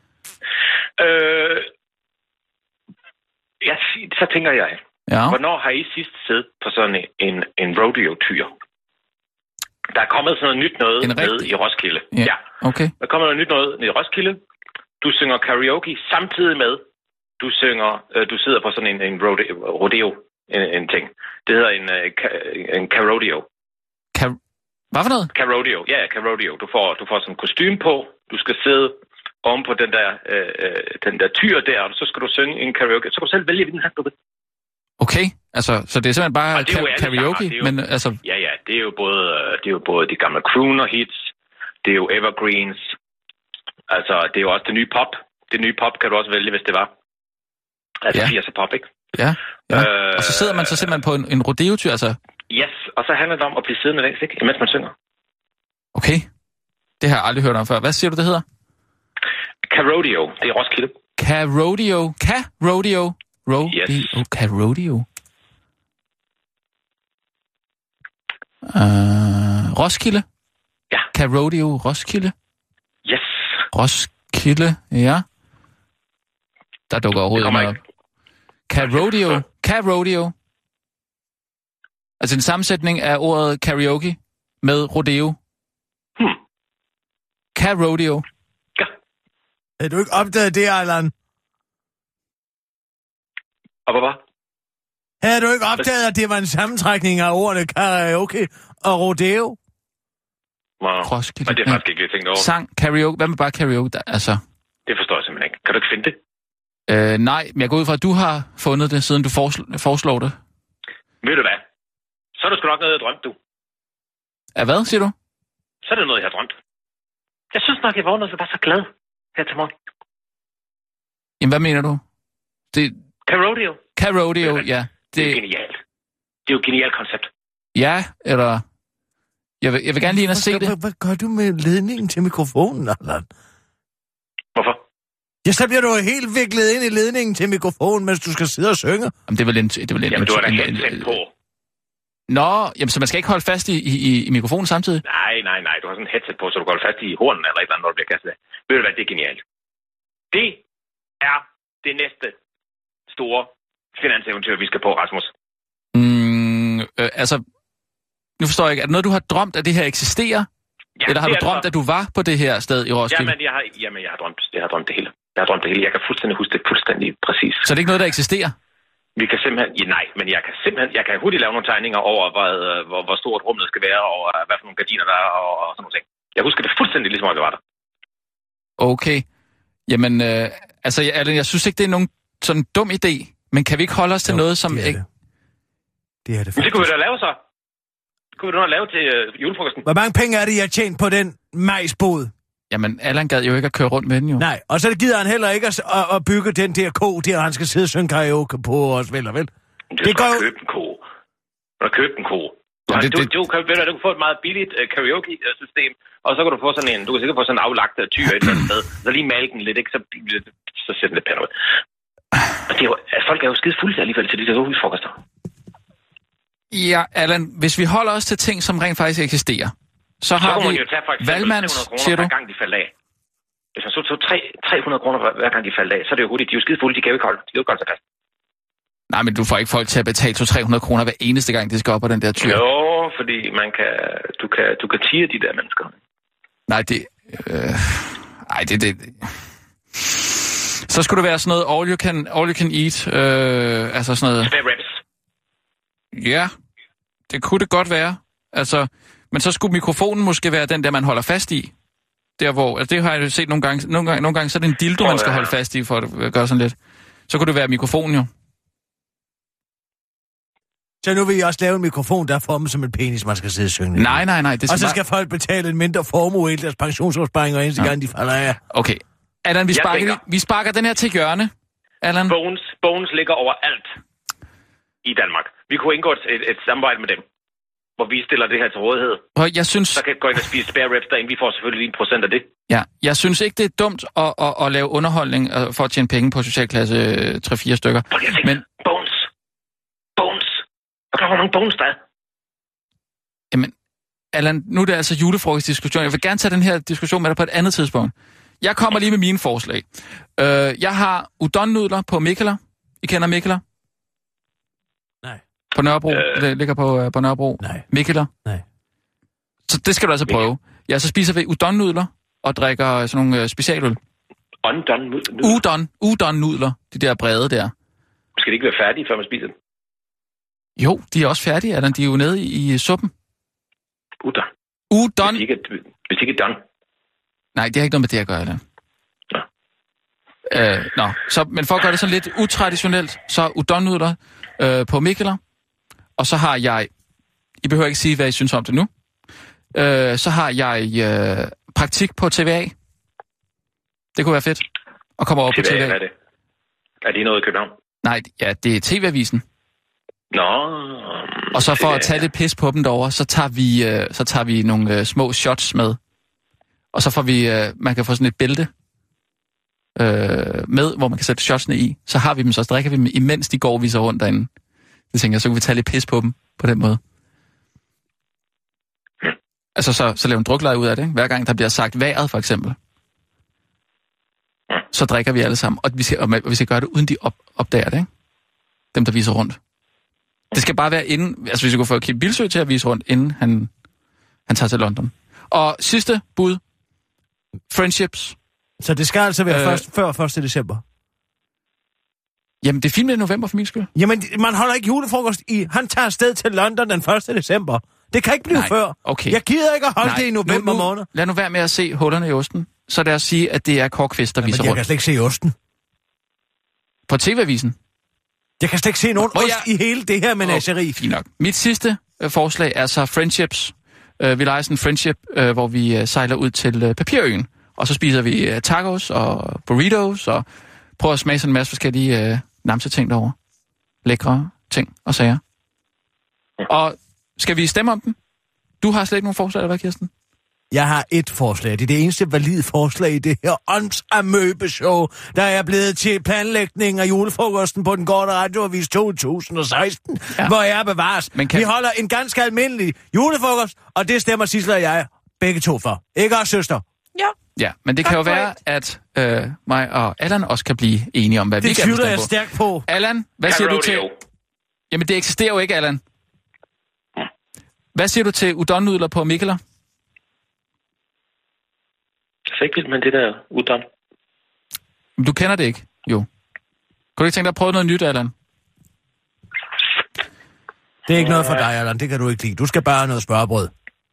Så tænker jeg, hvornår har I sidst siddet på sådan en rodeo-tyr? Der er kommet sådan noget nyt nede i Roskilde. Ja. Okay. Der kommer noget nyt noget nede i Roskilde. Du synger karaoke samtidig med, du sidder på sådan en rodeo, en ting. Det hedder en karodeo. Hvad for noget? Karodeo, ja, karodeo. Du får sådan en kostume på, du skal sidde oven på den der tyr der, og så skal du synge en karaoke. Så kan du selv vælge, hvilken sang du vil. Okay, altså, så det er simpelthen bare karaoke, men altså... Ja, det er jo både de gamle crooner hits, det er jo evergreens, altså, det er jo også det nye pop. Det nye pop kan du også vælge, hvis det var. Altså 80'er pop, ikke? Ja. Og så sidder man så simpelthen på en rodeo-tyr, altså... Yes, og så handler det om at blive siddende længst, ikke? Imens man synger. Okay. Det har jeg aldrig hørt om før. Hvad siger du, det hedder? Karodeo, det er Roskilde. Rodeo. Rodeo. Yes. Rodeo. Roskilde. Ja. Rodeo. Roskilde. Yes. Roskilde, ja. Der dukker overhovedet kommer noget op. Rodeo. Altså en sammensætning af ordet karaoke med rodeo. Rodeo. Ja. Er du ikke opdaget det, Allan? Og hvad? Havde du ikke opdaget, at det var en sammentrækning af ordene karaoke og rodeo? Wow. Roskilde. Men det er faktisk ikke tænkt over. Sang, karaoke. Hvad med bare karaoke? Altså. Det forstår jeg simpelthen ikke. Kan du ikke finde det? Nej, men jeg går ud fra, at du har fundet det, siden du foreslår det. Ved du hvad? Så er det sgu nok noget, jeg har drømt, du. Af hvad, siger du? Så er det noget, jeg har drømt. Jeg synes nok, jeg vågnede, så var så glad her til morgen. Jamen, hvad mener du? Det... Rodeo, ja. Det er genialt. Det er jo et genialt koncept. Ja, eller... Jeg vil gerne lige ind og se det. Hvad gør du med ledningen til mikrofonen, Allan? Hvorfor? Ja, så bliver du helt viklet ind i ledningen til mikrofonen, mens du skal sidde og synge. Jamen, det er vel en... Jamen, du har da headset på. Nå, jamen, så man skal ikke holde fast i mikrofonen samtidig? Nej. Du har sådan en headset på, så du kan holde fast i hornen eller et eller andet, når du bliver kastet af. Ved du hvad, det er genialt. Det er det næste store finanseventyr, vi skal på, Rasmus. Altså, nu forstår jeg ikke. Er det noget, du har drømt, at det her eksisterer? Ja, eller har du drømt, at du var på det her sted i Roskilde? Jamen, jeg har drømt det hele. Jeg kan fuldstændig huske det fuldstændig præcis. Så det er ikke noget, der eksisterer? Vi kan simpelthen... Ja, nej, men jeg kan hurtigt lave nogle tegninger over, hvor stort rummet skal være, og hvad for nogle gardiner der er, og sådan nogle ting. Jeg husker det fuldstændig ligesom, at vi var der. Okay. Jamen, altså, jeg synes ikke, det er nogen sådan dum idé, men kan vi ikke holde os til noget, som ikke... Det er det faktisk. Men det kunne vi da lave så. Det kunne vi da lave til julefrokosten. Hvor mange penge er det, jeg har tjent på den majsbod? Jamen, Allan gad jo ikke at køre rundt med den, jo. Nej, og så gider han heller ikke at bygge den der ko, der han skal sidde og synge karaoke på os, vel? Det går jo... købe en ko. Du har købt en ko. Du kan få et meget billigt karaoke-system, og så kan du få sådan en... Du kan sikkert få sådan en aflagt tyr et eller andet sted. Så lige male den lidt, ikke? Så ser den lidt pænt ud. Og det er jo, folk er jo skide fulde alligevel til de der husfrokoster. Ja, Allan, hvis vi holder os til ting, som rent faktisk eksisterer, så har vi Valmands, siger du? Hver gang de falder af. Hvis man så tog 300 kroner hver gang de falder af, så er det jo hurtigt. De er jo skide fulde, de kan jo ikke holde. De kan jo ikke holde sig fast. Nej, men du får ikke folk til at betale 200-300 kroner hver eneste gang, de skal op på den der tyr. Jo, fordi du kan tire de der mennesker. Nej, det... Så skulle det være sådan noget all you can eat, altså sådan noget... Spare ribs. Ja, det kunne det godt være. Altså, men så skulle mikrofonen måske være den der, man holder fast i. Der hvor, altså det har jeg set nogle gange, så er det en dildo, man skal holde fast i, for at gøre sådan lidt. Så kunne det være mikrofonen jo. Så nu vil I også lave en mikrofon, der er formet som en penis, man skal sidde og synge. Nej. Og så skal folk betale en mindre formue i deres pensionsopsparing, og eneste gang de falder af. Okay. Allan, vi sparker den her til hjørne. Allan. Bones ligger overalt i Danmark. Vi kunne indgå et samarbejde med dem, hvor vi stiller det her til rådighed. Jeg synes... Så kan gå ind og spise spare ribs derinde. Vi får selvfølgelig 1% af det. Ja, jeg synes ikke, det er dumt at lave underholdning for at tjene penge på socialklasse 3-4 stykker. Men Bones. Hvor mange bones der er? Jamen, Allan, nu er det altså julefrokostdiskussion. Jeg vil gerne tage den her diskussion med dig på et andet tidspunkt. Jeg kommer lige med mine forslag. Jeg har udon-nudler på Mikkeler. I kender Mikkeler? Nej. På Nørrebro. Det ligger på Nørrebro. Nej. Mikkeler? Nej. Så det skal du altså prøve. Ja, så spiser vi udon-nudler og drikker sådan nogle specialøl. Udon-nudler. De der brede der. Skal de ikke være færdige, før man spiser dem? Jo, de er også færdige, Allan. De er jo nede i suppen. Udon. Hvis ikke don. Nej, det har ikke noget med det at gøre, Allan. Men for at gøre det sådan lidt utraditionelt, så udon-nudler på Mikkeler. Og så har jeg... I behøver ikke sige, hvad I synes om det nu. Så har jeg praktik på TVA. Det kunne være fedt. Og komme over på TVA. Hvad er det? Er det noget i København? Nej, ja, det er TV-avisen. Nå... Og så for at tage lidt pis på dem derovre, så tager vi nogle små shots med. Og så får vi... man kan få sådan et bælte. med, hvor man kan sætte shotsene i. Så har vi dem, så drikker vi dem, imens de går og viser rundt derinde. Det tænker jeg, så kan vi tage lidt pis på dem på den måde. Altså, så laver en drukleje ud af det, ikke? Hver gang der bliver sagt vejret, for eksempel. Så drikker vi alle sammen. Og vi skal gøre det, uden de opdager det, ikke? Dem, der viser rundt. Det skal bare være inden... Altså, vi skal få Kim Bildsøe til at vise rundt, inden han tager til London. Og sidste bud. Friendships. Så det skal altså være før 1. december? Jamen, det er filmet i november for min skyld. Jamen, man holder ikke julefrokost i... Han tager afsted til London den 1. december. Det kan ikke blive før. Okay. Jeg gider ikke at holde det i november måned. Lad nu være med at se hullerne i osten. Så lad os sige, at det er Kåre Kvist, der viser rundt. Jeg kan slet ikke se osten. På TV-avisen? Jeg kan slet ikke se nogen ost i hele det her menageri. Fint nok. Mit sidste forslag er så Friendships. Vi leger sådan en friendship, hvor vi sejler ud til Papirøen. Og så spiser vi tacos og burritos, og prøver at smage sådan en masse forskellige namse-ting derovre. Lækre ting og sager. Og skal vi stemme om den? Du har slet ikke nogen forslag, eller hvad, Kirsten? Jeg har et forslag. Det er det eneste valide forslag i det her åndsamøbeshow, der er blevet til planlægning af julefrokosten på den Korte Radioavis 2016, hvor jeg bevares. Vi holder en ganske almindelig julefrokost, og det stemmer Sissel og jeg begge to for. Ikke også, søster? Ja. Ja, men det kan jo være, at mig og Allan også kan blive enige om, hvad vi kan bestemme på. Det tvivler jeg stærkt på. Allan, hvad siger du til... Jamen, det eksisterer jo ikke, Allan. Hvad siger du til udon-nudler på Mikkeler? Jeg er ikke vildt med det der udon. Du kender det ikke, jo. Kunne du ikke tænke dig at prøve noget nyt, Allan? Det er ikke noget for dig, Allan. Det kan du ikke lide. Du skal bare have noget smørbrød.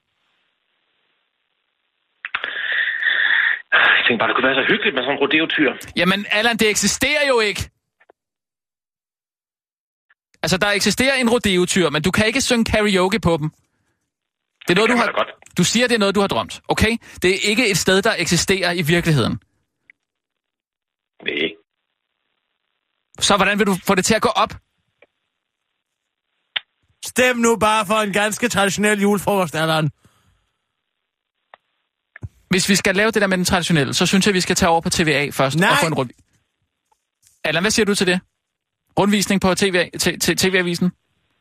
Jeg tænkte bare, det kunne være så hyggeligt med sådan en rodeo-tyr. Jamen, Allan, det eksisterer jo ikke. Altså, der eksisterer en rodeo-tyr, men du kan ikke synge karaoke på dem. Det er noget, du har... Du siger, det er noget, du har drømt, okay? Det er ikke et sted, der eksisterer i virkeligheden. Nej. Så hvordan vil du få det til at gå op? Stem nu bare for en ganske traditionel julefrokost, Allan. Hvis vi skal lave det der med den traditionelle, så synes jeg, vi skal tage over på TVA først. Nej. Og få en rundvisning. Allan, hvad siger du til det? Rundvisning på TV-avisen?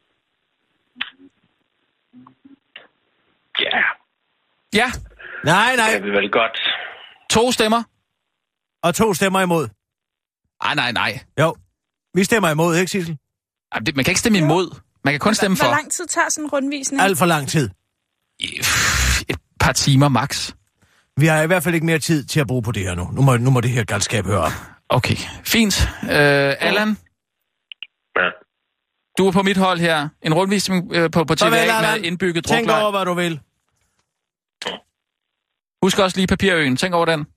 Ja. Ja. Nej. Det er vel godt. 2 stemmer. Og 2 stemmer imod. Nej. Jo. Vi stemmer imod, ikke, Sissel? Man kan ikke stemme imod. Man kan kun stemme for. Hvor lang tid tager sådan en rundvisning? Alt for lang tid. Et par timer max. Vi har i hvert fald ikke mere tid til at bruge på det her nu. Nu må det her galskab høre op. Okay, fint. Allan? Ja. Du er på mit hold her. En rundvisning på TVA med indbygget druklej. Tænk over, hvad du vil. Husk også lige Papirøen. Tænk over den.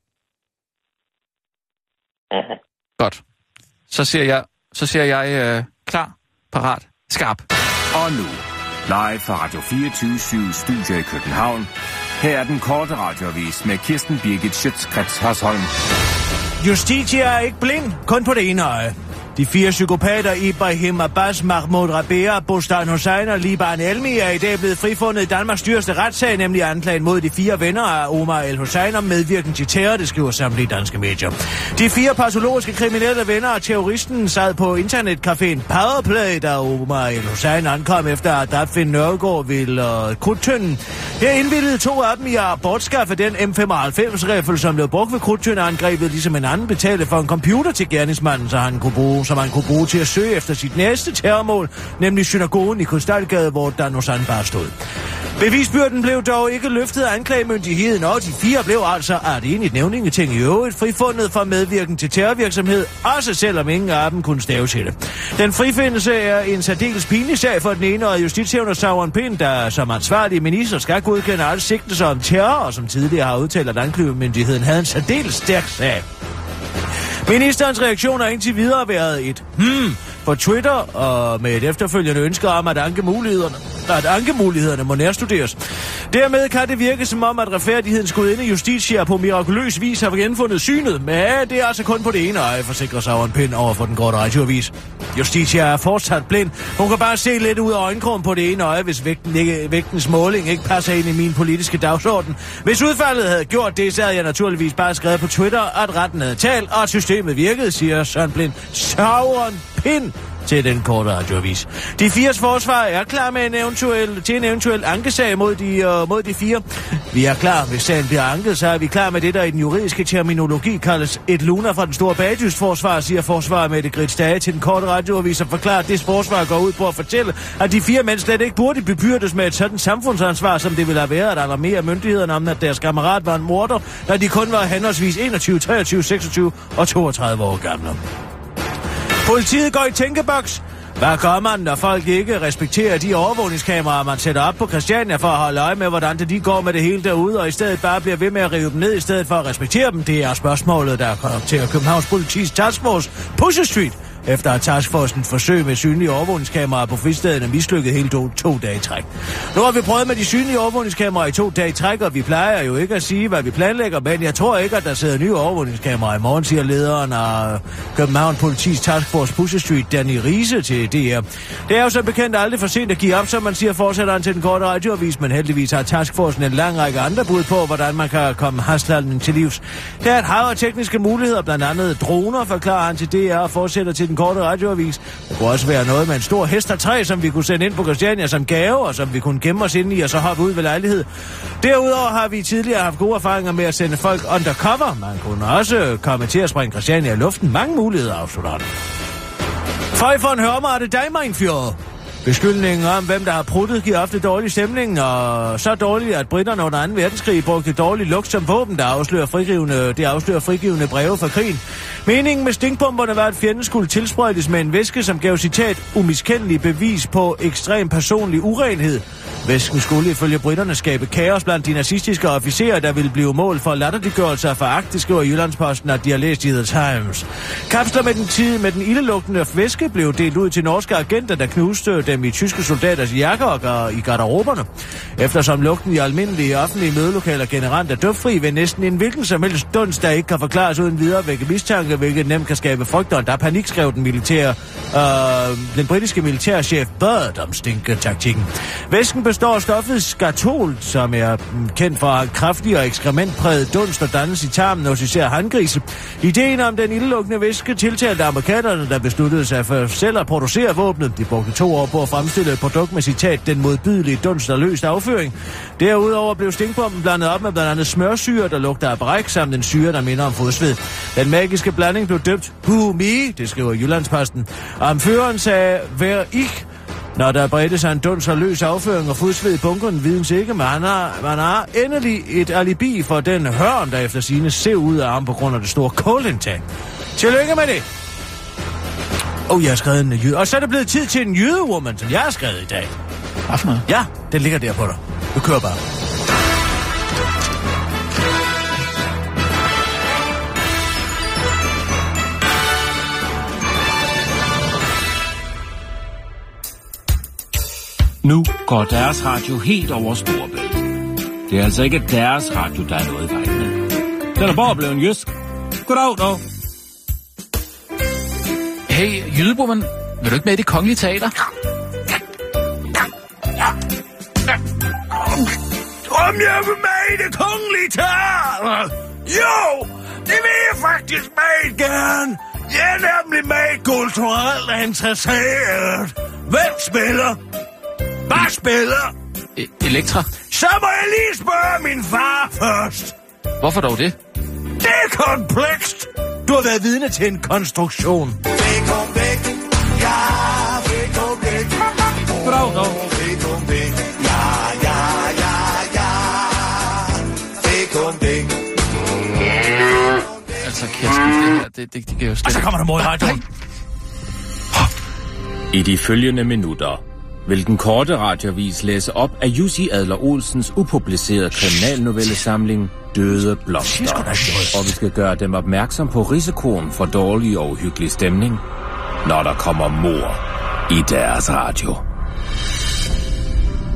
Godt. Så siger jeg klar, parat, skarp. Og nu, live fra Radio 24/7 Studio i København. Her er den korte radioavis med Kirsten Birgit Schøtz-Krets Hørsholm. Justitia er ikke blind, kun på det ene øje. De 4 psykopater Ibrahim Abbas, Mahmoud Rabea, Bostan Hussein og Liban Elmi er i dag blevet frifundet i Danmarks dyreste retssag, nemlig anklagen mod de 4 venner af Omar El-Hussein om medvirken til terror, det skriver samtlige danske medier. De 4 patologiske kriminelle venner af terroristen sad på internetcaféen Powerplay, da Omar El-Hussein ankom efter at Dafin Nørgaard ville Krudtønden. Her indvildede 2 af dem i at bortskaffe den M95-riffel, som blev brugt ved Krudtøndeangrebet, ligesom en anden betalte for en computer til gerningsmanden, så han kunne bruge til at søge efter sit næste terrormål, nemlig synagogen i Krystalgade, hvor Dan Osan bare stod. Bevisbyrden blev dog ikke løftet af anklagemyndigheden, og de 4 blev altså enigt nævningeting i øvrigt frifundet for medvirken til terrorvirksomhed, også selvom ingen af dem kunne stave til det. Den frifindelse er en særdeles pinlig sag for den ene, og justitshævner Sauron Pind, der som ansvarlig minister skal godkende alle sigtelser om terror, og som tidligere har udtalt, at anklagemyndigheden havde en særdeles stærk sag. Ministerens reaktion har indtil videre været et på Twitter, og med et efterfølgende ønske om at anke mulighederne. at ankemulighederne må nærstuderes. Dermed kan det virke som om, at retfærdighedens gudinde Justitia på mirakuløs vis har genfundet synet, men det er altså kun på det ene øje, forsikrer Søren Pind over for den korte radioavis. Justitia er fortsat blind. Hun kan bare se lidt ud af øjenkrogen på det ene øje, hvis vægtens måling ikke passer ind i min politiske dagsorden. Hvis udfaldet havde gjort det, så havde jeg naturligvis bare skrevet på Twitter, at retten havde talt, og at systemet virkede, siger Søren Pind til den korte radioavis. De fires forsvar er klar med en eventuel ankesag mod de fire. Vi er klar, hvis sagen bliver anket, så er vi klar med det, der i den juridiske terminologi kaldes et luna fra den store bagdystforsvar, siger forsvarer Mette Grits Dage til den korte radioavis, og forklarer, at det forsvar går ud på at fortælle, at de fire mænd slet ikke burde bebyrdes med et sådan samfundsansvar, som det ville have været at alarmere myndighederne om, at deres kammerat var en morder, da de kun var henholdsvis 21, 23, 26 og 32 år gamle. Politiet går i tænkeboks. Hvad gør man, når folk ikke respekterer de overvågningskameraer, man sætter op på Christiania for at holde øje med, hvordan de går med det hele derude, og i stedet bare bliver ved med at rive dem ned, i stedet for at respektere dem? Det er spørgsmålet, der kommer til Københavns Politis Taskforce Pusher Street, efter at taskforcen forsøg med synlige overvågningskameraer på fristaden er mislykket hele 2 dage i træk. Nu har vi prøvet med de synlige overvågningskameraer i 2 dage i træk, og vi plejer jo ikke at sige, hvad vi planlægger, men jeg tror ikke, at der sidder nye overvågningskameraer i morgen, siger lederen af Københavns Politis Taskforce Pusher Street, Danny Riese, til DR. Det er jo så bekendt aldrig for sent at give op, som man siger, fortsætteren til den korte radioavis, men heldigvis har taskforcen en lang række andre bud på, hvordan man kan komme hashlalden til livs. Der er et hav af tekniske muligheder, blandt andet droner, forklarer han til DR og fortsætter til den korte radioavis. Det kunne også være noget med en stor hest af træ, som vi kunne sende ind på Christiania som gave, og som vi kunne gemme os ind i, og så hoppe ud ved lejlighed. Derudover har vi tidligere haft gode erfaringer med at sende folk undercover. Man kunne også komme til at springe Christiania i luften. Mange muligheder, afslutter han. Føj for en hørmarte Dagmeinfjord. Beskyldningen om, hvem der har pruttet, giver ofte dårlig stemning, og så dårligt, at britterne under 2. verdenskrig brugte dårlig lugt som våben, der afslører frigivende breve fra krigen. Meningen med stinkbomberne var, at fjenden skulle tilsprøjtes med en væske, som gav citat umiskendelig bevis på ekstrem personlig urenhed. Væsken skulle ifølge britterne skabe kaos blandt de nazistiske officerer, der ville blive mål for latterliggørelse og foragt, skriver Jyllandsposten, at de har læst i The Times. Kapsler med den ildelugtende væske blev delt ud til norske agenter, der knuste dem i tyske soldaters jakker og i garderoberne. Eftersom lugten i almindelige offentlige mødelokaler generelt er duftfri, vil næsten en hvilken som helst dunst, der ikke kan forklares uden videre, vække mistanke, hvilket nemt kan skabe frygt, og der panik, skrev den britiske militærchef Byrd om stinketaktikken. Væsken består af stoffet skatol, som er kendt for kraftig og ekskrementpræget dunst, der dannes i tarmen hos især handgrise. Ideen om den ildelugtende væske tiltalte amerikanerne, der besluttede sig for selv at producere våbnet. De brugte 2 år på at fremstille et produkt med citat den modbydelige dunst og løst afføring. Derudover blev stinkbomben blandet op med blandt andet smørsyre, der lugter af bræk, samt en syre, der minder om fodsved. Den magiske blanding blev døbt Who Me, det skriver Jyllandsposten. Føreren sagde, vær ikke, når der bredte sig en dunst og løs afføring og fodsved i bunkeren, videns ikke, men man har endelig et alibi for den hørn, der efter sine ser ud af ham på grund af det store kulindtag. Tillykke med det! Jeg har skrevet en jyde. Og så er det blevet tid til en jydewoman, som jeg har skrevet i dag. Hvad for noget? Ja, den ligger der på dig. Du kører bare. Nu går deres radio helt over Storebælt. Det er altså ikke deres radio, der er noget i vejen med. Den er bare blevet jysk. Goddag, dog. Hey, jydewoman, vil du ikke med i Det Kongelige Teater? Om jeg vil med i Det Kongelige Teater? Jo, det vil jeg faktisk meget gerne. Jeg er nemlig meget kulturelt interesseret. Hvem spiller? Hvad spiller? Elektra. Så må jeg lige spørge min far først. Hvorfor dog det? Det er komplekst. Du har været vidne til en konstruktion. Goddag, dog. Altså, Kirsten, det kan jo slet... Og så kommer der mod i radioen. I de følgende minutter vil den korte radioavis læse op af Jussi Adler Olsens upublicerede kriminalnovellesamling Døde Blomster. Og vi skal gøre dem opmærksom på risikoen for dårlig og uhyggelig stemning, når der kommer mord i deres radio.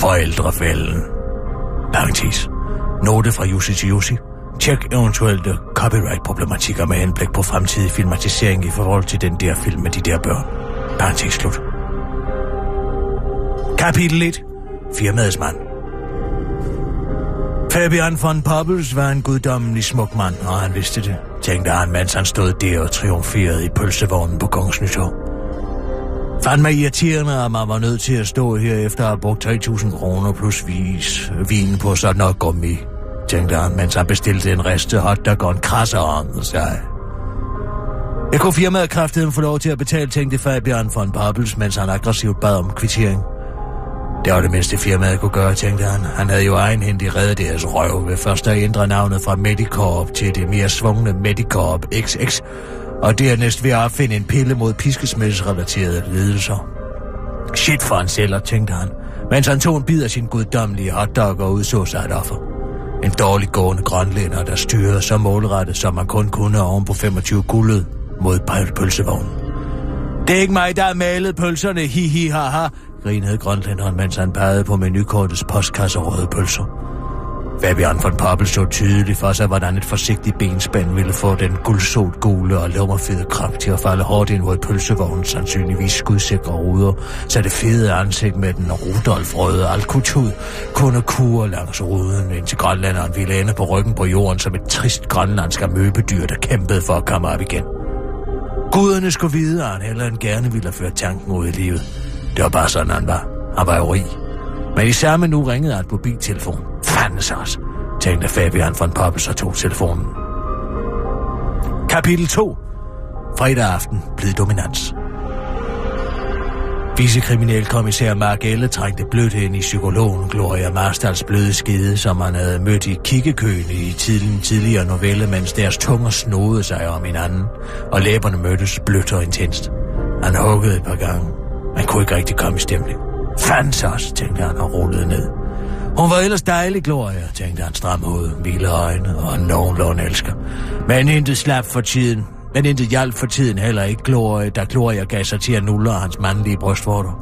Forældrefælden. Parentes. Note fra Jussi til Jussi. Tjek eventuelle copyright-problematikker med henblik på fremtidig filmatisering i forhold til den der film med de der børn. Parentes slut. Kapitel 1. Firmaets mand. Fabian von Poppels var en guddommelig smuk mand, og han vidste det, tænkte han, mens han stod der og triumferede i pølsevognen på Kongens Nytorv. Fandme irriterende, at man var nødt til at stå her efter at have brugt 3.000 kroner plus vin på sådan noget gummi, tænkte han, mens han bestilte en ristet hotdog og en krasseovn, sig. Jeg kunne firmaet kraftedeme få lov til at betale, tænkte Fabian von Poppels, mens han aggressivt bad om kvittering. Det var det mindste firmaet kunne gøre, tænkte han. Han havde jo egenhændigt reddet deres røv ved først at ændre navnet fra Medicorp til det mere svungne Medicorp XX, og dernæst ved at opfinde en pille mod piskesmældsrelaterede lidelser. Shit for en sælger, tænkte han, mens han tog en bid af sin guddommelige hotdog og udså sig et offer. En dårlig gående grønlænder, der styrede så målrettet, som man kun kunne oven på 25 guldet mod pølsevognen. Det er ikke mig, der har malet pølserne, hi ha, grinede grønlænderen, mens han pegede på menukortets postkasse og røde pølser. Fabian von Poppel så tydeligt for sig, hvordan et forsigtigt benspænd ville få den guldsot gule og lummerfede krop til at falde hårdt ind mod pølsevognen, sandsynligvis skudsikre ruder, så det fede ansigt med den Rudolf-røde alkutud kunne kure langs ruden, indtil grønlænderen ville ende på ryggen på jorden som et trist grønlandsk amøbedyr, der kæmpede for at komme op igen. Guderne skulle vide, at han heller end gerne ville have ført tanken ud i livet. Det var bare sådan, han var. Han var jo rig. Men i samme nu ringede et mobiltelefon. Fanden så også, tænkte Fabian von Poppels og tog telefonen. Kapitel 2. Fredag aften blev dominans. Vicekriminalkommissær Mark Elle trængte blødt ind i psykologen Gloria Marstals bløde skede, som han havde mødt i kiggekøen i tidligere novelle, mens deres tunger snodede sig om hinanden, og læberne mødtes blødt og intenst. Han huggede et par gange. Man kunne ikke rigtig komme i stemning. Fanden så også, tænkte han og rullede ned. Hun var ellers dejlig, Gloria, tænkte han stram hoved, hvile øjne og nogenlunde elsker. Men intet slap for tiden. Men intet hjalp for tiden heller ikke Gloria, da Gloria gav sig til at nulle hans mandlige brystvorter.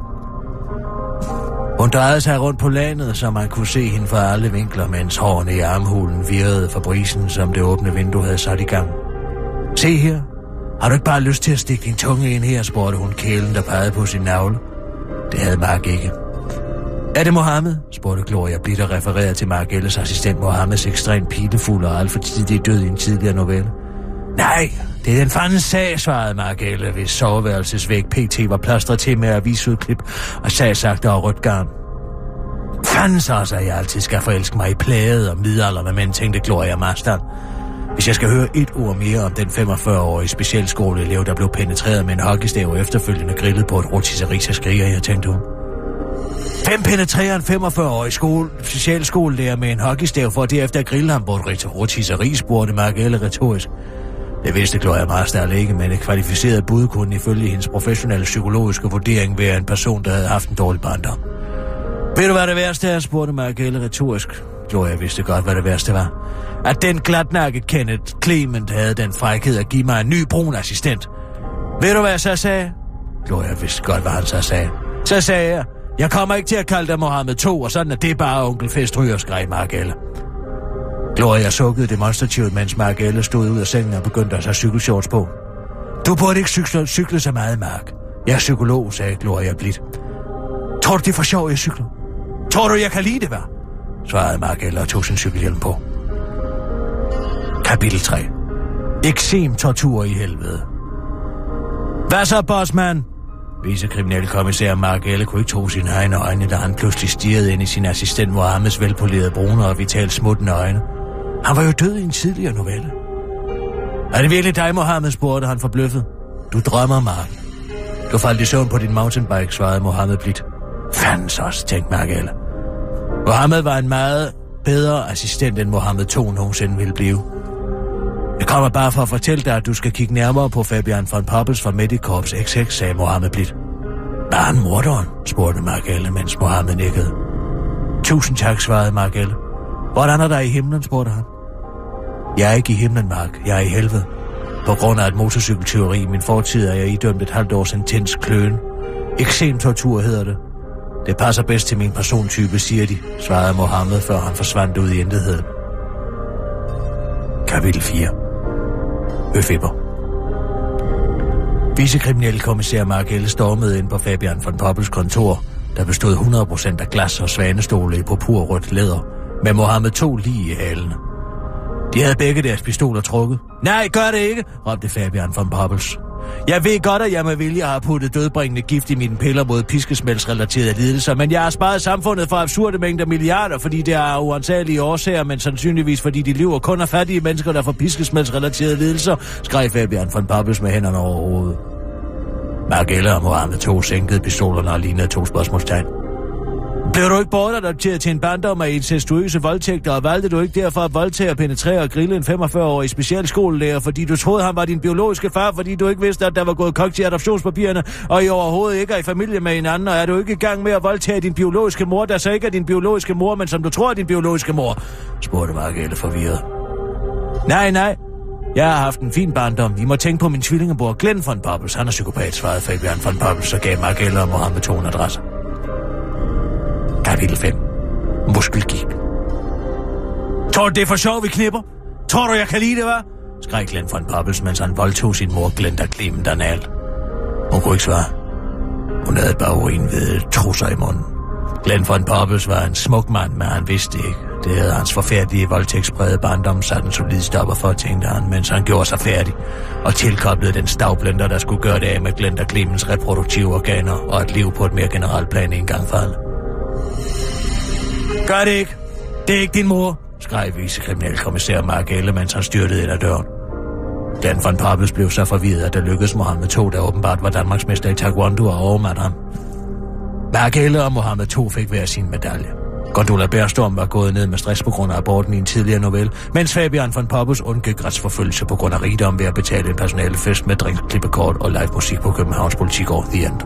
Hun drejede sig rundt på landet, så man kunne se hende fra alle vinkler, mens hårene i armhulen virrede for brisen, som det åbne vindue havde sat i gang. Se her. Har du ikke bare lyst til at stikke din tunge ind her, spurgte hun kælen, der pegede på sin navle. Det havde Mark ikke. Er det Mohammed? Spurgte Gloria blidt og refererede til Mark Elles assistent Mohammeds ekstremt pilefuld og alt for tidlig død i en tidligere novelle. Nej, det er den fandens sag, svarede Mark Elle, hvis soveværelsesvæg PT var plastret til med avisudklip og sagsagter og rødt garn. Fanden så også, at jeg altid skal forelske mig i plade og middelalder med mænd, tænkte Gloria Marstal. Hvis jeg skal høre et ord mere om den 45-årige specialskoleelev, der blev penetreret med en hockeystav og efterfølgende grillet på et rotisserie, så skriger jeg, tænkte hun. Hvem penetrerer en 45-årig specialskolelærer med en hockeystav for derefter at grille ham på et rotisserie, spurgte Mark Elle retorisk. Det vidste Gloria Marstal ikke, men et kvalificeret bud kunne ifølge hendes professionelle psykologiske vurdering være en person, der havde haft en dårlig barndom. Ved du, hvad det værste er, spurgte Mark Elle retorisk. Gloria vidste godt, hvad det værste var. At den glatnakke Kenneth Clement havde den frækhed at give mig en ny brun assistent. Ved du, hvad jeg så sagde? Gloria vidste godt, hvad han så sagde. Så sagde jeg kommer ikke til at kalde dig Mohammed 2, og sådan er det bare onkel Festryger, skreg Mark Elle. Gloria sukkede demonstrativt, mens Mark Elle stod ud af sengen og begyndte at have cykelshorts på. Du burde ikke cykle så meget, Mark. Jeg er psykolog, sagde Gloria blidt. Tror du, det er for sjov, jeg cykler? Tror du, jeg kan lide det, hvad? Svarede Mark Elle og tog sin cykelhjelm på. Kapitel 3. Eksem tortur i helvede. Hvad så, bossman? Vicekriminalkommissær Mark Elle kunne ikke tro sine egne øjne, da han pludselig stirrede ind i sin assistent Mohammeds velpolerede brune og vitalt smuttende øjne. Han var jo død i en tidligere novelle. Er det virkelig dig, Mohammed, spurgte han forbløffet. Du drømmer, Mark. Du faldt i søvn på din mountainbike, svarede Mohammed blidt. Fandens også, tænkte Mark Elle. Mohammed var en meget bedre assistent, end Mohammed 2 nogensinde ville blive. Jeg kommer bare for at fortælle dig, at du skal kigge nærmere på Fabian von Poppels fra Medicorps XX, sagde Mohammed blidt. Er han morderen? Spurgte Mark Elle, mens Mohammed nikkede. Tusind tak, svarede Mark Elle. Hvordan er der i himlen, spurgte han. Jeg er ikke i himlen, Mark. Jeg er i helvede. På grund af et motorcykeltyveri i min fortid er jeg idømt et halvt års intens kløen. Eksem tortur hedder det. Det passer bedst til min persontype, siger de, svarede Mohammed, før han forsvandt ud i intetheden. Kapitel 4. Øfipper. Vicekriminalkommissær Mark L. stormede ind på Fabian von Poppels kontor, der bestod 100% af glas og svanestole i purpurrødt læder, med Mohammed 2 lige i halen. De havde begge deres pistoler trukket. Nej, gør det ikke, råbte Fabian von Poppels. Jeg ved godt, at jeg med vilje har puttet dødbringende gift i mine piller mod piskesmældsrelaterede lidelser, men jeg har sparet samfundet for absurde mængder milliarder, fordi det er uansagelige årsager, men sandsynligvis fordi de lever kun af fattige mennesker, der får piskesmældsrelaterede lidelser, skreg Fabian von Poppels med hænderne over hovedet. Margelle og Mohammed 2 sænkede pistolerne og lignede 2 spørgsmålstegn. Blev du ikke bortadopteret til en barndom af incestuøse voldtægter, og valgte du ikke derfor at voldtage og penetrere og grille en 45-årig specialskolelærer, fordi du troede, han var din biologiske far, fordi du ikke vidste, at der var gået kogt til adoptionspapirerne, og I overhovedet ikke er i familie med hinanden, og er du ikke i gang med at voldtage din biologiske mor, der så ikke er din biologiske mor, men som du tror er din biologiske mor? Spurgte Margelle forvirret. Nej. Jeg har haft en fin barndom. I må tænke på min tvillingebror Glenn von Poppels. Han er psykopat, svarede Fabian von Poppels og gav Margelle og Mohammed 2 adresser. Kapitel 5. Muskelgigt. Tror du, det er for sjov, vi knipper? Tror du, jeg kan lide det, hva'? Skreg Glenn von Poppels, mens han voldtog sin mor Glenda Clement analt. Hun kunne ikke svare. Hun havde bare uindvidede trusser i munden. Glenn von Poppels var en smuk mand, men han vidste ikke. Det havde hans forfærdelige voldtægtsprægede barndom sat en solid stopper for, tænkte han, mens han gjorde sig færdig og tilkoblede den stavblender, der skulle gøre det af med Glenda Clements reproduktive organer og et liv på et mere generelt plan en gang for alle. Gør det ikke. Det er ikke din mor, skreg vicekriminalkommissær Mark Elle, mens han styrtede ind ad døren. Glenn von Poppels blev så forvirret, at der lykkedes Mohammed 2, der åbenbart var Danmarksmester i Taekwondo, og overmandte ham. Mark Elle og Mohammed 2 fik hver sin medalje. Gondola Bærstorm var gået ned med stress på grund af aborten i en tidligere novelle, mens Fabian von Poppels undgik retsforfølgelse på grund af rigdom ved at betale en personalefest med drinks, klippekort og live musik på Københavns Politikår The End.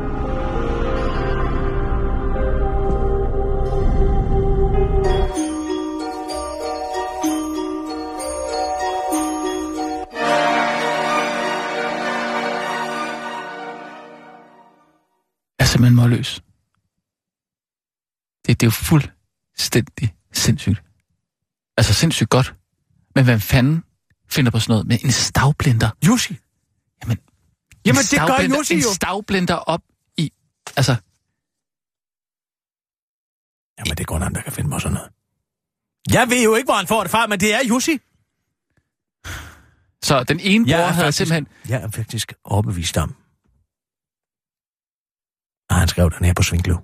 Jeg er simpelthen målløs. Det er jo fuldstændig sindssygt. Altså sindssygt godt. Men hvad fanden finder på sådan noget med en stavblender? Jussi. Jamen det gør Jussi jo. En stavblender op i... Altså... Jamen det går nogen, der kan finde på sådan noget. Jeg ved jo ikke, hvor han får det fra, men det er Jussi. Så den ene bror havde simpelthen... Jeg er faktisk overbevist om. Og han skrev den her på Svinkløv.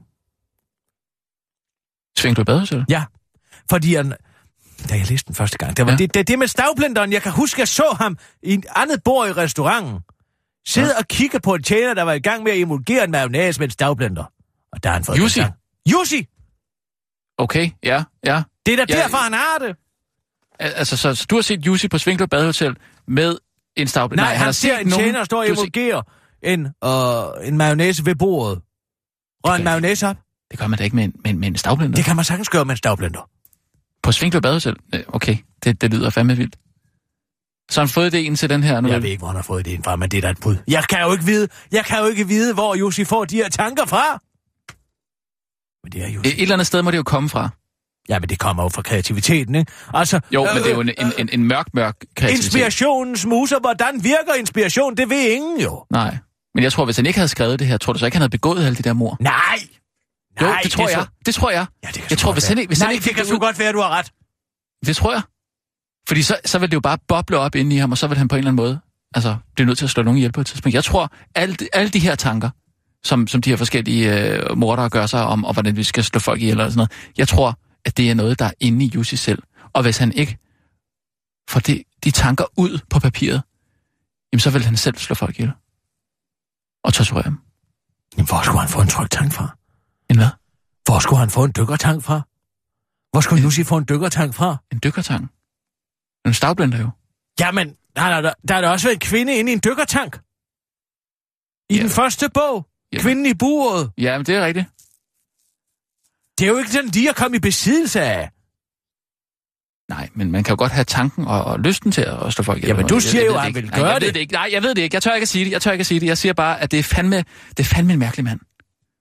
Svinkløv Badehotel? Ja, fordi han... Da jeg læste den første gang, det var det med stavblenderen. Jeg kan huske, jeg så ham i et andet bord i restauranten. Sidde og kigge på en tjener, der var i gang med at emulgere en mayonnaise med en stavblender. Og der har han fået Jussi? Jussi! Okay, ja. Det er da derfor, han har det. Altså, så du har set Jussi på Svinkløv Badehotel med en stavblender? Nej, han ser en tjener stå og emulgere en mayonnaise ved bordet. Og en mayonnaise op. Det gør man da ikke med en stavblender. Det kan man sagtens gøre med en stavblender. På Svinkløv Badehotel? Okay, det lyder fandme vildt. Så har han fået idéen til den her nu? Jeg ved ikke, hvor han har fået idéen fra, men det er da et bud. Jeg kan jo ikke vide, hvor Jussi får de her tanker fra. Men det er Jussi. Et eller andet sted må det jo komme fra. Ja, men det kommer jo fra kreativiteten, ikke? Altså, jo, men det er jo en mørk kreativitet. Inspirationens muser, hvordan virker inspiration? Det ved ingen jo. Nej, men jeg tror, hvis han ikke havde skrevet det her, tror du så ikke, han havde begået alle de der mord? Nej, jo, det tror jeg. Det tror jeg. Ja, det kan jeg tror, hvis han ikke det kan sgu godt være, du har ret. Det tror jeg. Fordi så vil det jo bare boble op inde i ham, og så vil han på en eller anden måde, altså, det er nødt til at slå nogen ihjel på et tidspunkt. Jeg tror, alle de her tanker, som de her forskellige mordere gør sig om, og hvordan vi skal slå folk ihjel og sådan noget, jeg tror, at det er noget, der er inde i Jussi selv. Og hvis han ikke får de tanker ud på papiret, jamen så vil han selv slå folk ihjel. Og torturere dem. Jamen, hvor skulle han få en tryktank fra? En hvad? Hvor skulle han få en dykkertank fra? Hvor skulle Jussi få en dykkertank fra? En dykkertank? En stavblender jo. Jamen, der er da også været en kvinde inde i en dykkertank. I den første bog. Ja. Kvinden i buret. Ja, men det er rigtigt. Det er jo ikke sådan, de er kommet i besiddelse af. Nej, men man kan jo godt have tanken og lysten til at slå folk ihjel. Jamen, du siger jo, at han vil gøre det. Nej, jeg ved det ikke. Jeg tør ikke at sige det. Jeg siger bare, at det er fandme en mærkelig mand.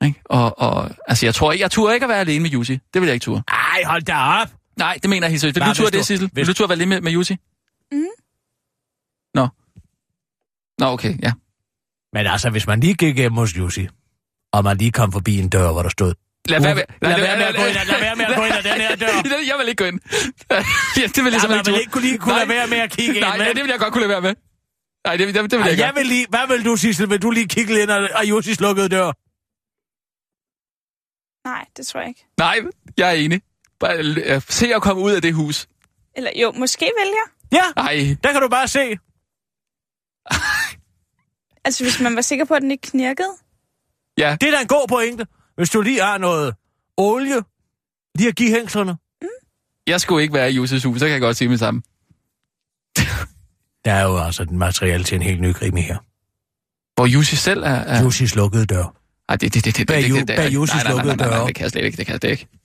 Ikke? Og altså, jeg turde ikke at være alene med Jussi. Det vil jeg ikke turde. Ej, hold da op! Nej, det mener jeg helt seriøst. Vil du turde det, Sissel? Vil du turde være alene med Jussi? Nå, okay, ja. Men altså, hvis man lige gik hjem hos Jussi, og man lige kom forbi en dør, hvor der stod... Lad være med at gå ind ad den her dør. Jeg vil ikke gå ind. Ja, det vil jeg simpelthen ikke kunne lade være med at kigge ind. Nej, det vil jeg godt kunne lade være med. Nej, det vil jeg ikke. Hvad vil du, Sissel? Vil du lige kigge ind ad Jussis lukkede dør? Nej, det tror jeg ikke. Nej, jeg er enig. Bare se at komme ud af det hus. Eller jo, måske vælger. Ja, nej. Der kan du bare se. Altså, hvis man var sikker på, at den ikke knirkede. Ja. Det er da en god pointe. Hvis du lige har noget olie, lige at give hængslerne. Jeg skulle ikke være i Jussis hus, så kan jeg godt sige med sammen. Der er jo altså den materiale til en helt ny krimi her. Hvor Jussi selv er... Jussis lukkede dør. Nej, det Bag Jussis lukkede dør. Nej, det kan jeg slet ikke.